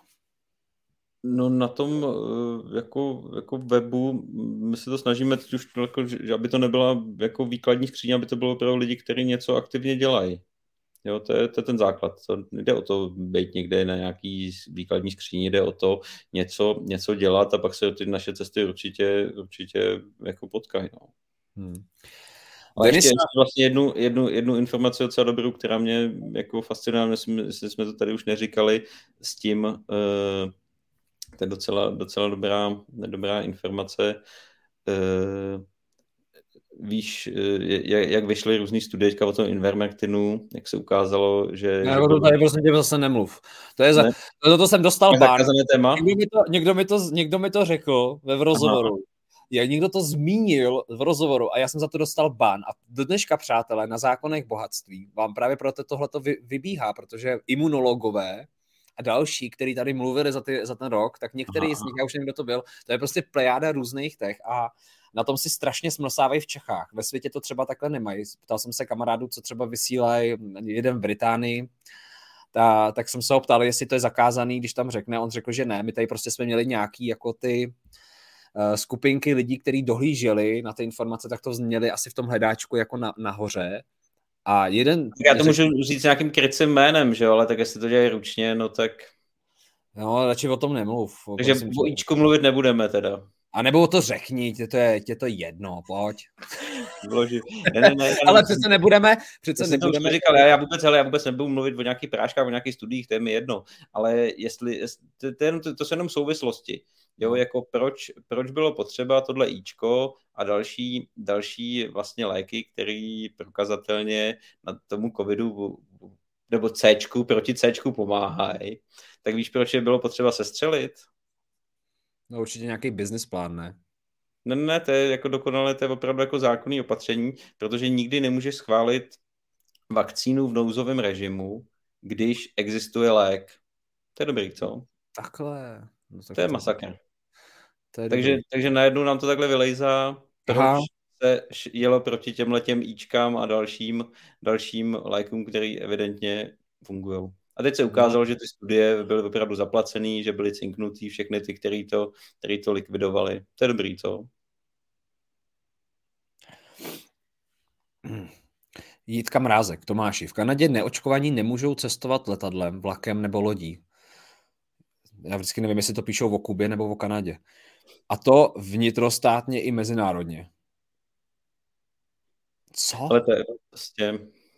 No na tom jako, jako webu my se to snažíme teď už, jako, že aby to nebyla jako výkladní skříň, aby to bylo pro lidi, kteří něco aktivně dělají. Jo, to je, to je ten základ. To jde o to být někde na nějaký výkladní skříni, jde o to něco, něco dělat a pak se ty naše cesty určitě, určitě jako potkají. No. Hmm. Ale ještě, ještě vlastně jednu, jednu, jednu informaci docela dobrou, která mě jako fascinuje, jestli jsme to tady už neříkali, s tím, uh, to je docela, docela dobrá, dobrá informace. Uh, víš, jak, jak vyšly různý studie o tom Invermectinu, jak se ukázalo, že... Ne, že to tady prostě tě zase nemluv. To je za... ne? To, to jsem dostal bán. Téma. Někdo mi, to, někdo, mi to, někdo mi to řekl ve v rozhovoru. Aha. Jak někdo to zmínil v rozhovoru a já jsem za to dostal ban. A do dneška, přátelé, na zákonech bohatství vám právě proto tohleto vy, vybíhá, protože imunologové a další, kteří tady mluvili za, ty, za ten rok, tak některý Aha. z nich, já už nevím, kdo to byl, to je prostě plejáda různých těch a na tom si strašně smlsávají v Čechách. Ve světě to třeba takhle nemají. Ptal jsem se kamarádů, co třeba vysílají jeden v Británii, ta, tak jsem se ho ptal, jestli to je zakázaný, když tam řekne, on řekl, že ne, my tady prostě jsme měli nějaký jako ty skupinky lidí, kteří dohlíželi na ty informace, tak to měli asi v tom hledáčku jako na, nahoře. A jeden... Já to můžu říct nějakým krycím jménem, že jo, ale tak jestli to dělají ručně, no tak... No, radši o tom nemluv. Takže o Ičku mluvit nebudeme teda. A nebo to řekni, tě to je, tě to jedno, pojď. ne, ne, ne, ale přece nebudeme, přece nebudeme. Říkal, já, já, vůbec, hele, já vůbec nebudu mluvit o nějakých práškách, o nějakých studiích, to je mi jedno. Ale jestli, to, to, to, to jsou jenom souvislosti. Jo, No. jako proč, proč bylo potřeba tohle íčko a další, další vlastně léky, které prokazatelně na tomu covidu nebo Cčku, proti Cčku pomáhají, tak víš, proč je bylo potřeba sestřelit? No určitě nějaký business plán, ne? Ne, ne, to je jako dokonale, to je opravdu jako zákonný opatření, protože nikdy nemůžeš schválit vakcínu v nouzovém režimu, když existuje lék. To je dobrý, co? Takhle. No, tak To je to, masakr. to je Takže, dobrý. takže najednou nám to takhle vylejzá, proč Aha. se jelo proti těmhletěm íčkám a dalším, dalším lékům, které evidentně fungují. A teď se ukázalo, že ty studie byly opravdu zaplacený, že byly cinknutý všechny ty, který to, který to likvidovali. To je dobrý, co? Jitka Mrázek, Tomáši. V Kanadě neočkovaní nemůžou cestovat letadlem, vlakem nebo lodí. Já vždycky nevím, jestli to píšou o Kubě nebo o Kanadě. A to vnitrostátně i mezinárodně. Co? Ale to je prostě...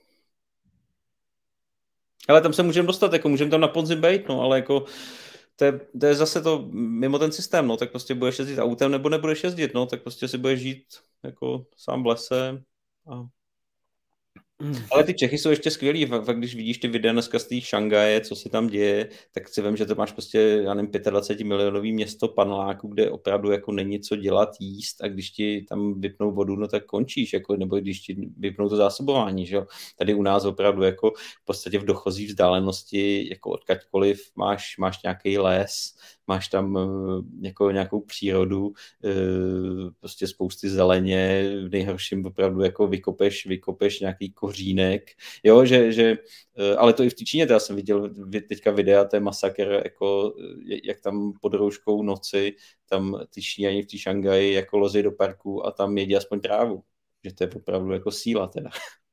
Ale tam se můžeme dostat, jako můžeme tam na podzim být, no, ale jako to je, to je zase to mimo ten systém, no, tak prostě budeš jezdit autem nebo nebudeš jezdit, no, tak prostě si budeš žít jako sám v lese a... Ale ty Čechy jsou ještě skvělí, fakt, když vidíš ty videa dneska z té Šangaje, co se tam děje, tak si vím, že to máš prostě, já nevím, dvacet pět milionový město paneláků, kde opravdu jako není co dělat, jíst a když ti tam vypnou vodu, no tak končíš, jako, nebo když ti vypnou to zásobování, že jo. Tady u nás opravdu jako v podstatě v dochozí vzdálenosti, jako odkaďkoliv máš, máš nějaký les, máš tam jako nějakou přírodu, prostě spousty zeleně, v nejhorším opravdu jako vykopeš, vykopeš nějaký kořínek, jo, že, že ale to i v té Číně, já jsem viděl teďka videa, to je masakr, jako jak tam pod rouškou noci, tam ty Číňani v té Šangaji jako lozí do parku a tam jedí aspoň trávu, že to je opravdu jako síla teda.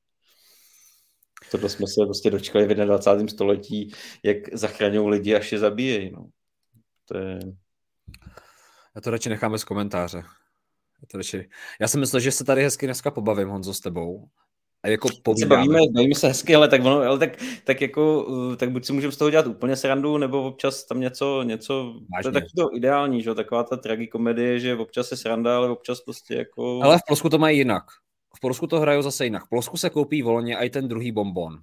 Tohle jsme se prostě dočkali v dvacátém prvním století, jak zachraňují lidi, až je zabíjejí, no. To je... Já to radši nechám bez komentáře. Já, to radši... Já jsem myslel, že se tady hezky dneska pobavím, Honzo, s tebou. A jako se bavíme, bavíme se hezky, ale tak, ono, ale tak, tak jako, tak buď si můžeme z toho dělat úplně srandu, nebo občas tam něco, něco to je taky to ideální, že? Taková ta tragikomedie, že občas je sranda, ale občas prostě jako... Ale v Polsku to mají jinak. V Polsku to hrajou zase jinak. V Polsku se koupí volně i ten druhý bonbon.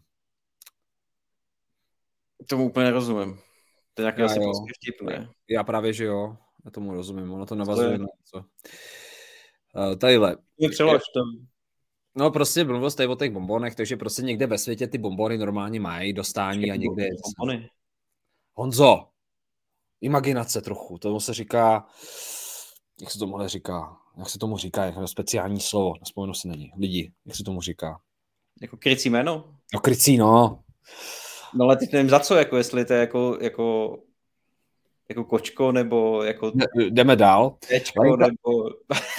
Tomu úplně nerozumím. To je nějaký asi polský vtip, ne? Já právě, že jo. Já tomu rozumím. Ono to navazuje na co. Uh, tadyhle. Je přelož to. No prostě mluvil jste o těch bombonech, takže prostě někde ve světě ty bombony normálně mají dostání a někde... Bombony. Honzo, imaginace trochu, tomu se říká, jak se tomu říká, jak se tomu říká, jak speciální slovo, nespomenu si na ní, lidi, jak se tomu říká. Jako krycí jméno? No krycí, no. No ale teď nevím za co, jako jestli to je jako, jako, jako kočko, nebo jako... Jdeme dál. Tečko, Lenka... nebo...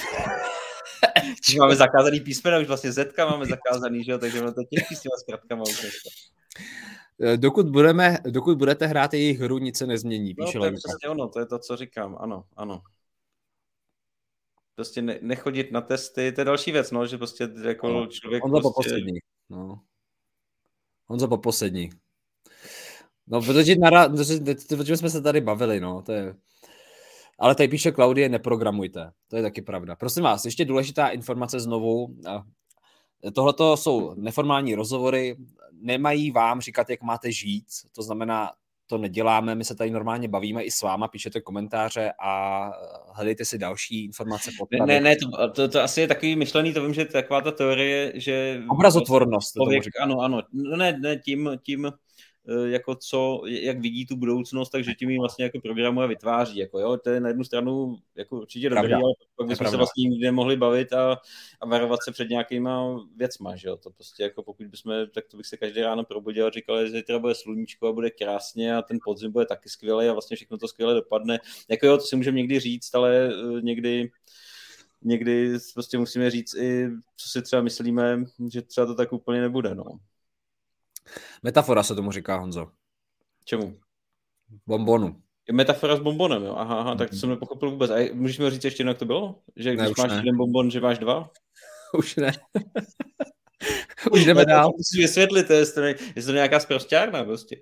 máme zakázaný písmena, už vlastně zetka máme zakázaný, že jo, takže to je těžký s těma zkratkama. Dokud, budeme, dokud budete hrát jejich hru, nic se nezmění, píše No to je Lenka. přesně ono, to je to, co říkám, ano, ano. Prostě ne, nechodit na testy, to je další věc, no, že prostě jako no, člověk... Honza prostě... po poslední, no. Honza po poslední. No, protože, nara... protože jsme se tady bavili, no, to je... Ale tady píše Klaudie, neprogramujte. To je taky pravda. Prosím vás, ještě důležitá informace znovu. Tohleto jsou neformální rozhovory, nemají vám říkat, jak máte žít, to znamená, to neděláme, my se tady normálně bavíme i s váma, píšete komentáře a hledejte si další informace. Ne, ne, ne, to, to, to asi je takový myšlený, to vím, že taková ta teorie, že... Obrazotvornost. Člověk, ano, ano, ne, ne, tím, tím jako co, jak vidí tu budoucnost, takže tím ji vlastně jako programuje a vytváří, jako jo, to je na jednu stranu jako určitě dobrý, ale pak bychom se vlastně nikdy nemohli bavit a, a varovat se před nějakýma věcma, že jo, to prostě jako pokud bychom, tak to bych se každý ráno probudil a říkal, že zítra bude sluníčko a bude krásně a ten podzim bude taky skvělý a vlastně všechno to skvěle dopadne, jako jo, to si můžeme někdy říct, ale někdy někdy prostě musíme říct i, co si třeba myslíme, že třeba to tak úplně nebude, no. Metafora se tomu říká, Honzo. Čemu? Bonbonu. Metafora s bonbonem, jo? Aha, aha, tak to jsem nepochopil vůbec. A můžeš mi říct ještě, jak to bylo? Že když ne, máš ne. jeden bonbon, že máš dva? Už ne. Už jdeme dál. Musíš vysvětlit, jestli to, je, jestli to nějaká sprosťárna prostě.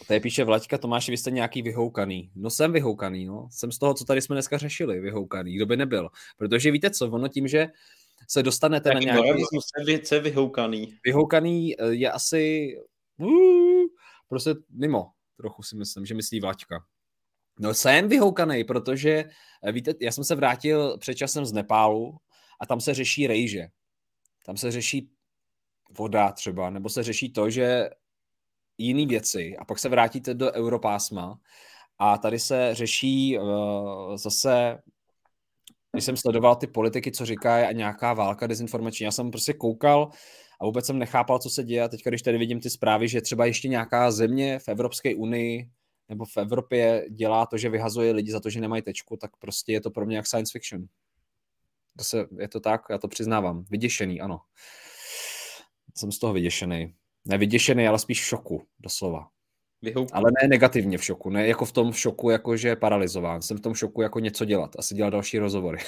Tady píše Vlaďka, Tomáši, vy jste nějaký vyhoukaný. No jsem vyhoukaný, no. Jsem z toho, co tady jsme dneska řešili, vyhoukaný. Kdo by nebyl. Protože víte co, ono tím, že se dostanete Jaký na nějaký... Co je vyhoukaný? Vyhoukaný je asi... Uh, prostě mimo. Trochu si myslím, že myslí Vlaďka. No jsem vyhoukaný, protože víte, já jsem se vrátil před časem z Nepálu a tam se řeší rejže. Tam se řeší voda třeba, nebo se řeší to, že jiný věci a pak se vrátíte do Europásma a tady se řeší uh, zase, když jsem sledoval ty politiky, co říkají a nějaká válka dezinformační, já jsem prostě koukal a vůbec jsem nechápal, co se děje a teďka, když tady vidím ty zprávy, že třeba ještě nějaká země v Evropské unii nebo v Evropě dělá to, že vyhazuje lidi za to, že nemají tečku, tak prostě je to pro mě jak science fiction. To se, je to tak, já to přiznávám. Vyděšený, ano. Jsem z toho vyděšený. Ne vyděšený, ale spíš v šoku, doslova. Vyhoukaný. Ale ne negativně v šoku, ne jako v tom šoku, jako že je paralizován. Jsem v tom šoku jako něco dělat. Asi dělat další rozhovory.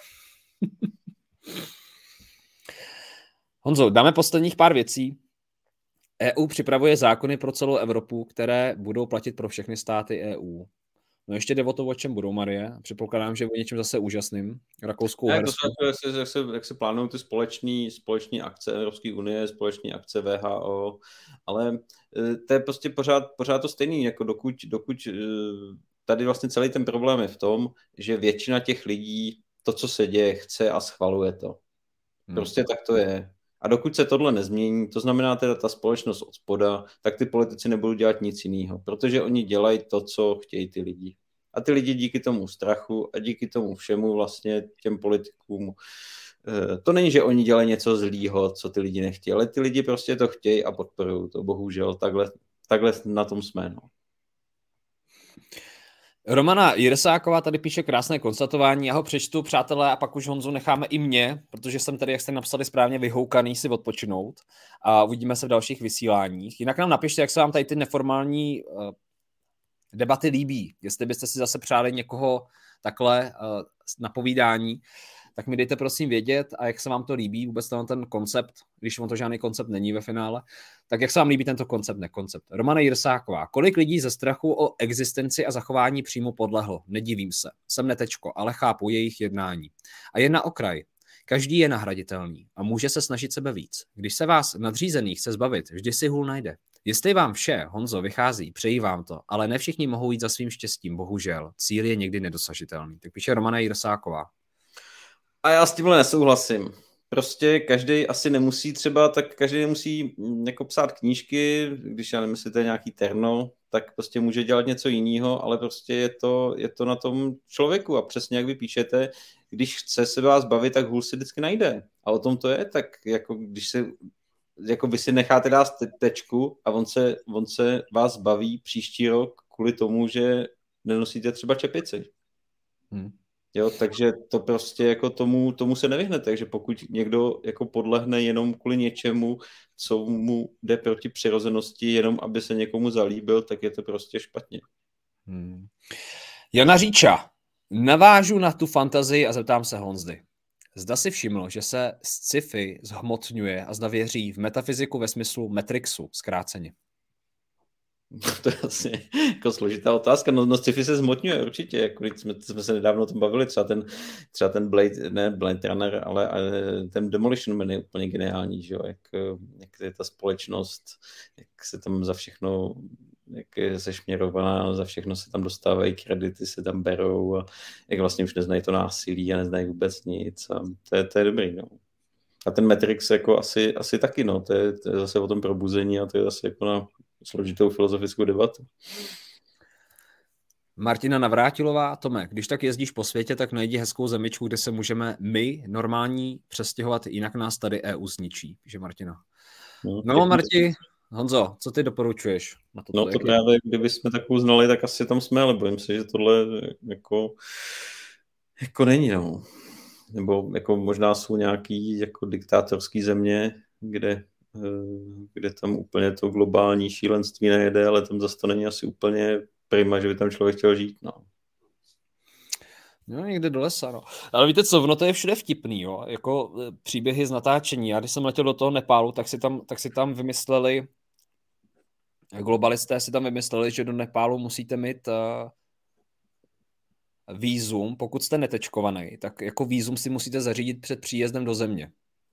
Honzo, dáme posledních pár věcí. E U připravuje zákony pro celou Evropu, které budou platit pro všechny státy E U. No ještě jde o to, o čem budou, Marie. Předpokládám, že o něčem zase úžasným. Rakouskou jak, se, jak, se, jak se plánují ty společní, společní akce Evropské unie, společní akce V H O, ale to je prostě pořád, pořád to stejný, jako dokud, dokud tady vlastně celý ten problém je v tom, že většina těch lidí to, co se děje, chce a schvaluje to. Prostě hmm. tak to je. A dokud se tohle nezmění, to znamená teda ta společnost od spoda, tak ty politici nebudou dělat nic jiného, protože oni dělají to, co chtějí ty lidi. A ty lidi díky tomu strachu a díky tomu všemu vlastně těm politikům, to není, že oni dělají něco zlýho, co ty lidi nechtějí, ale ty lidi prostě to chtějí a podporují to, bohužel. Takhle, takhle na tom jsme, no. Romana Jirsáková tady píše krásné konstatování, já ho přečtu, přátelé, a pak už Honzu necháme i mě, protože jsem tady, jak jste napsali správně, vyhoukaný si odpočinout a uvidíme se v dalších vysíláních. Jinak nám napište, jak se vám tady ty neformální uh, debaty líbí, jestli byste si zase přáli někoho takhle uh, na povídání, tak mi dejte prosím vědět a jak se vám to líbí, vůbec ten koncept, když on to žádný koncept není ve finále, tak jak se vám líbí tento koncept, nekoncept. Romana Jirsáková, kolik lidí ze strachu o existenci a zachování příjmu podlehlo? Nedivím se, jsem netečko, ale chápu jejich jednání. A jen na okraj, každý je nahraditelný a může se snažit sebe víc. Když se vás nadřízených chce zbavit, vždy si hůl najde. Jestli vám vše, Honzo, vychází, přeji vám to, ale ne všichni mohou jít za svým štěstím, bohužel. Cíl je někdy nedosažitelný. Tak píše Romana Jirsáková. A já s tímhle nesouhlasím. Prostě každý asi nemusí třeba, tak každý nemusí jako psát knížky, když já nevím, jestli to je nějaký terno, tak prostě může dělat něco jiného, ale prostě je to, je to na tom člověku a přesně jak vy píšete, když chce se vás bavit, tak hůl si vždycky najde. A o tom to je, tak jako když se, jako vy si necháte dát tečku a on se, on se vás baví příští rok kvůli tomu, že nenosíte třeba čepici. Hmm. Jo, takže to prostě jako tomu, tomu se nevyhnete, takže pokud někdo jako podlehne jenom kvůli něčemu, co mu jde proti přirozenosti, jenom aby se někomu zalíbil, tak je to prostě špatně. Hmm. Jana Říča, navážu na tu fantazii a zeptám se Honzdy. Zda si všiml, že se sci-fi zhmotňuje a zda věří v metafyziku ve smyslu Matrixu, zkráceně. To je vlastně jako složitá otázka. No, no sci-fi se zmotňuje určitě, jako jsme, jsme se nedávno o tom bavili, třeba ten, třeba ten Blade, ne Blade Runner, ale, ale ten Demolition Man je úplně geniální, že jo? Jak, jak je ta společnost, jak se tam za všechno, jak je sešměrovaná, za všechno se tam dostávají kredity, se tam berou a jak vlastně už neznají to násilí a neznají vůbec nic a to je, to je dobrý, no. A ten Matrix jako asi, asi taky, no, to je, to je zase o tom probuzení a to je zase jako na složitou filozofickou debatu. Martina Navrátilová, Tome, když tak jezdíš po světě, tak najdi hezkou zemičku, kde se můžeme my, normální, přestěhovat, jinak nás tady E U zničí, píše Martina. No, no Marti, Honzo, co ty doporučuješ? Na to, no to právě, kdyby jsme takovou znali, tak asi tam jsme, ale bojím se, že tohle jako, jako není, no. Nebo jako možná jsou nějaký jako diktátorský země, kde kde tam úplně to globální šílenství nejede, ale tam zase to není asi úplně prima, že by tam člověk chtěl žít, no. No, někde do lesa, no. Ale víte co, ono to je všude vtipný, jo, jako příběhy z natáčení. Já když jsem letěl do toho Nepálu, tak si tam, tak si tam vymysleli globalisté si tam vymysleli, že do Nepálu musíte mít uh, vízum, pokud jste netečkovaný, tak jako vízum si musíte zařídit před příjezdem do země.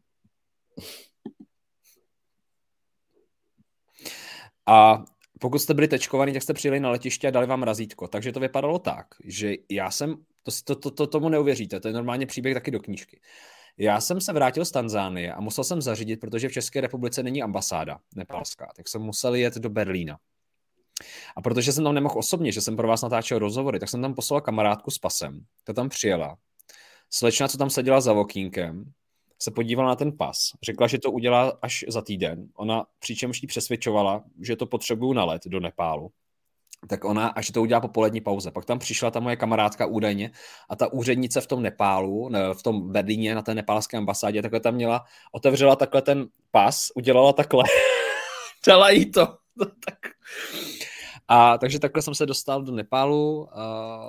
A pokud jste byli tečkovaný, tak jste přijeli na letiště a dali vám razítko. Takže to vypadalo tak, že já jsem, to, to, to, to tomu neuvěříte, to je normálně příběh taky do knížky. Já jsem se vrátil z Tanzánie a musel jsem zařídit, protože v České republice není ambasáda nepálská, tak jsem musel jet do Berlína. A protože jsem tam nemohl osobně, že jsem pro vás natáčel rozhovory, tak jsem tam poslal kamarádku s pasem. Ta tam přijela. Slečna, co tam seděla za okýnkem, se podívala na ten pas. Řekla, že to udělá až za týden. Ona přičemž jí přesvědčovala, že to potřebuju na let do Nepálu. Tak ona, až to udělá po polední pauze. Pak tam přišla ta moje kamarádka údajně a ta úřednice v tom Nepálu, ne, v tom Berlíně na té nepálské ambasádě, takhle tam měla, otevřela takhle ten pas, udělala takhle, dala jí to. tak. A takže takhle jsem se dostal do Nepálu. A...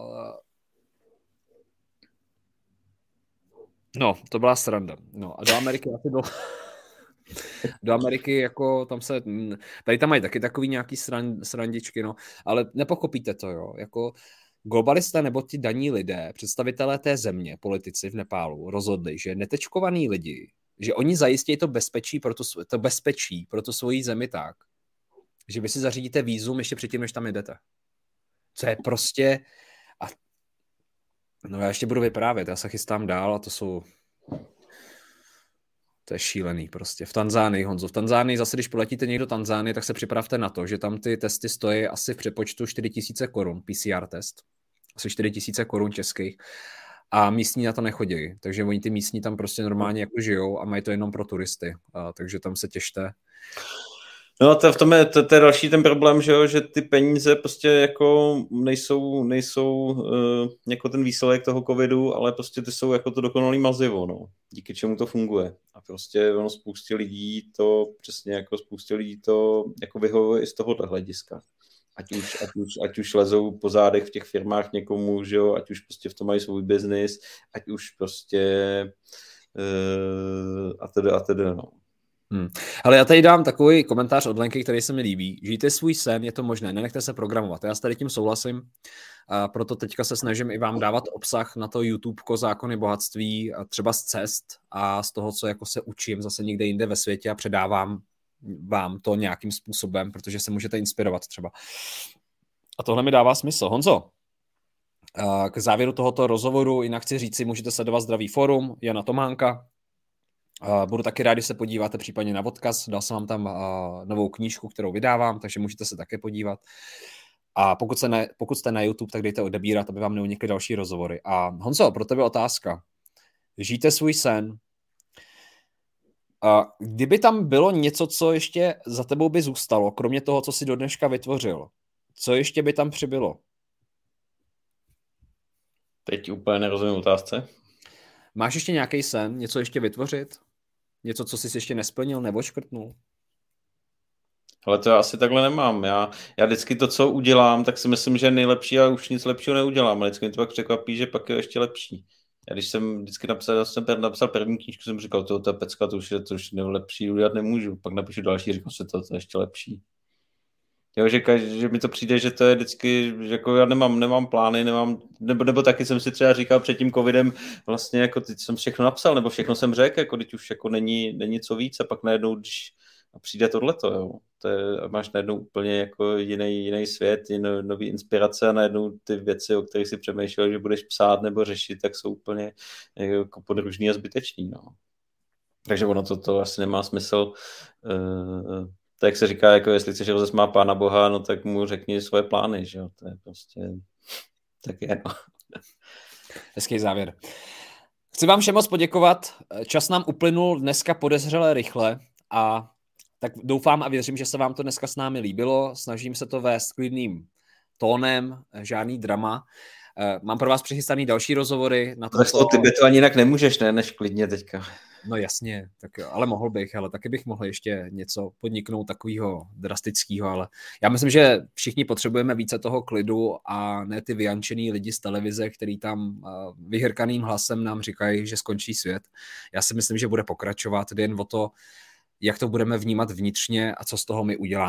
No, to byla sranda. No a do Ameriky asi do... Do Ameriky, jako tam se, tady tam mají taky takový nějaký sran, srandičky, no, ale nepochopíte to, jo, jako globalisté nebo ti daní lidé, představitelé té země, politici v Nepálu, rozhodli, že netečkovaný lidi, že oni zajistí to bezpečí pro tu, to bezpečí pro tu svoji zemi tak, že vy si zařídíte vízum ještě předtím, než tam jedete. Co je prostě, a no já ještě budu vyprávět, já se chystám dál a to jsou... To je šílený prostě. V Tanzánii, Honzo. V Tanzánii zase, když poletíte někdo do Tanzánie, tak se připravte na to, že tam ty testy stojí asi v přepočtu čtyři tisíce korun, P C R test. Asi čtyři tisíce korun českých. A místní na to nechodí. Takže oni ty místní tam prostě normálně jako žijou a mají to jenom pro turisty. A takže tam se těšte. No to v tom je, to, to je další ten problém, že jo, že ty peníze prostě jako nejsou, nejsou uh, jako ten výsledek toho covidu, ale prostě ty jsou jako to dokonalý mazivo, no, díky čemu to funguje. A prostě ono spoustě lidí to, přesně jako spoustě lidí to jako vyhovuje i z tohohle hlediska. Ať už, ať, už, ať už lezou po zádech v těch firmách někomu, že jo, ať už prostě v tom mají svůj biznis, ať už prostě uh, a tedy a tedy, no. Hmm. Ale já tady dám takový komentář od Lenky, který se mi líbí. Žijte svůj sen, je to možné, nenechte se programovat. Já s tady tím souhlasím, a proto teďka se snažím i vám dávat obsah na to YouTube Zákony bohatství, a třeba z cest a z toho, co jako se učím zase někde jinde ve světě a předávám vám to nějakým způsobem, protože se můžete inspirovat třeba. A tohle mi dává smysl. Honzo, k závěru tohoto rozhovoru jinak chci říci, můžete sledovat Zdravý fórum Jana Tománka. Uh, budu taky rád, když se podíváte případně na odkaz. Dal jsem vám tam uh, novou knížku, kterou vydávám, takže můžete se také podívat. A pokud, se ne, pokud jste na YouTube, tak dejte odebírat, aby vám neunikly další rozhovory. A Honzo, pro tebe otázka. Žijte svůj sen. Uh, kdyby tam bylo něco, co ještě za tebou by zůstalo, kromě toho, co jsi do dneška vytvořil, co ještě by tam přibylo? Teď úplně nerozumím otázce. Máš ještě nějaký sen, něco ještě vytvořit? Něco, co jsi ještě nesplnil nebo škrtnul? Ale to já asi takhle nemám. Já, já vždycky to, co udělám, tak si myslím, že je nejlepší a už nic lepšího neudělám. A vždycky mě to pak překvapí, že pak je ještě lepší. Já když jsem vždycky napsal, jsem napsal první knížku, jsem říkal, to je pecka, to už je to už lepší udělat nemůžu. Pak napíšu další, říkám si, to, to je ještě lepší. Jo, že, že mi to přijde, že to je vždycky, že jako já nemám, nemám plány, nemám, nebo, nebo taky jsem si třeba říkal před tím covidem, vlastně jako teď jsem všechno napsal, nebo všechno jsem řekl, jako teď už jako není, není co víc a pak najednou, když přijde tohleto, jo, to je, máš najednou úplně jako jiný, jiný svět, jiný, nový inspirace a najednou ty věci, o kterých si přemýšlel, že budeš psát nebo řešit, tak jsou úplně jako podružný a zbytečný, no. Takže ono to, to asi nemá smysl. Uh, tak se říká, jako jestli chceš rozesmát Pána Boha, no tak mu řekni svoje plány, že jo, to je prostě, tak je, no. Hezký závěr. Chci vám všem moc poděkovat, čas nám uplynul dneska podezřele rychle a tak doufám a věřím, že se vám to dneska s námi líbilo, snažím se to vést klidným tónem, žádný drama. Mám pro vás přichystaný další rozhovory. Na tak to... Ty to ani jinak nemůžeš, ne, než klidně teďka. No jasně, tak jo, ale mohl bych, ale taky bych mohl ještě něco podniknout takového drastického, ale já myslím, že všichni potřebujeme více toho klidu a ne ty vyjančený lidi z televize, který tam vyhrkaným hlasem nám říkají, že skončí svět. Já si myslím, že bude pokračovat, jde jen o to, jak to budeme vnímat vnitřně a co z toho my uděláme.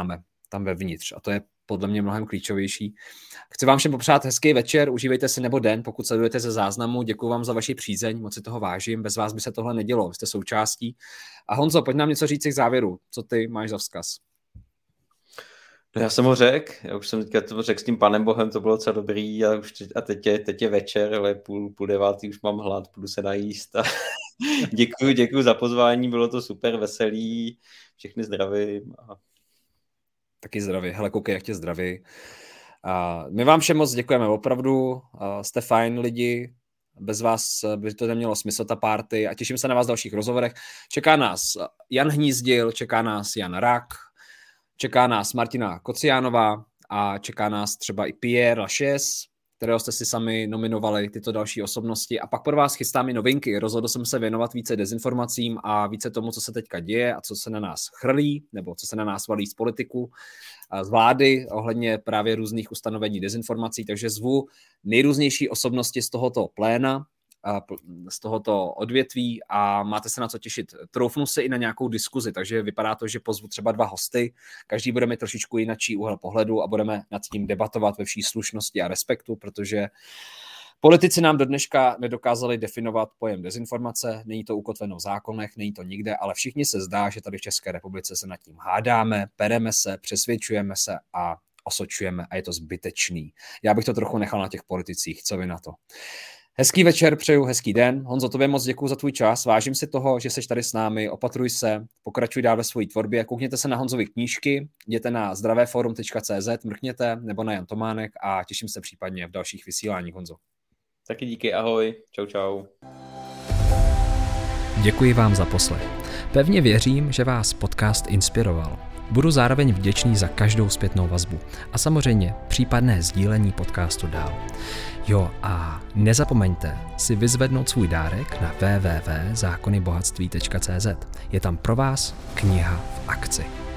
tam vevnitř a to je podle mě mnohem klíčovější. Chci vám všem popřát hezký večer, užívejte si nebo den, pokud sledujete ze záznamu. Děkuji vám za vaši přízeň, moc si toho vážím, bez vás by se tohle nedělo, vy jste součástí. A Honzo, pojď nám něco říct k závěru, co ty máš za vzkaz? No já jsem ho řekl, já už jsem teďka to řekl s tím Panem Bohem, to bylo docela dobrý a, už teď, a teď, je, teď je večer, ale půl, půl devátý už mám hlad, půjdu se najíst a děkuji, děkuji za pozvání, bylo to super, veselý, všechny zdravím. A... Taky zdraví, hele koukej, jak tě zdraví. A my vám všem moc děkujeme, opravdu, a jste fajn lidi, bez vás by to nemělo smysl ta party a těším se na vás v dalších rozhovorech. Čeká nás Jan Hnízdil, čeká nás Jan Rak, čeká nás Martina Kociánová a čeká nás třeba i Pierre Lachaise, kterého jste si sami nominovali, tyto další osobnosti. A pak pro vás chystám i novinky. Rozhodl jsem se věnovat více dezinformacím a více tomu, co se teďka děje a co se na nás chrlí, nebo co se na nás valí z politiku, z vlády, ohledně právě různých ustanovení dezinformací. Takže zvu nejrůznější osobnosti z tohoto pléna, z tohoto odvětví a máte se na co těšit. Troufnu se i na nějakou diskuzi, takže vypadá to, že pozvu třeba dva hosty, každý bude mít trošičku jinačí úhel pohledu a budeme nad tím debatovat ve vší slušnosti a respektu, protože politici nám do dneška nedokázali definovat pojem dezinformace, není to ukotveno v zákonech, není to nikde, ale všichni se zdá, že tady v České republice se nad tím hádáme, pereme se, přesvědčujeme se a osočujeme a je to zbytečný. Já bych to trochu nechal na těch politicích, co vy na to? Hezký večer, přeju hezký den. Honzo, tobě moc děkuju za tvůj čas. Vážím si toho, že jsi tady s námi. Opatruj se, pokračuj dál ve své tvorbě. Koukněte se na Honzovy knížky, jděte na zdravéforum tečka cé zet, mrkněte, nebo na Jan Tománek a těším se případně v dalších vysíláních, Honzo. Taky díky, ahoj. Čau, čau. Děkuji vám za poslech. Pevně věřím, že vás podcast inspiroval. Budu zároveň vděčný za každou zpětnou vazbu a samozřejmě případné sdílení podcastu dál. Jo a nezapomeňte si vyzvednout svůj dárek na w w w tečka zákony bohatství tečka cé zet. Je tam pro vás kniha v akci.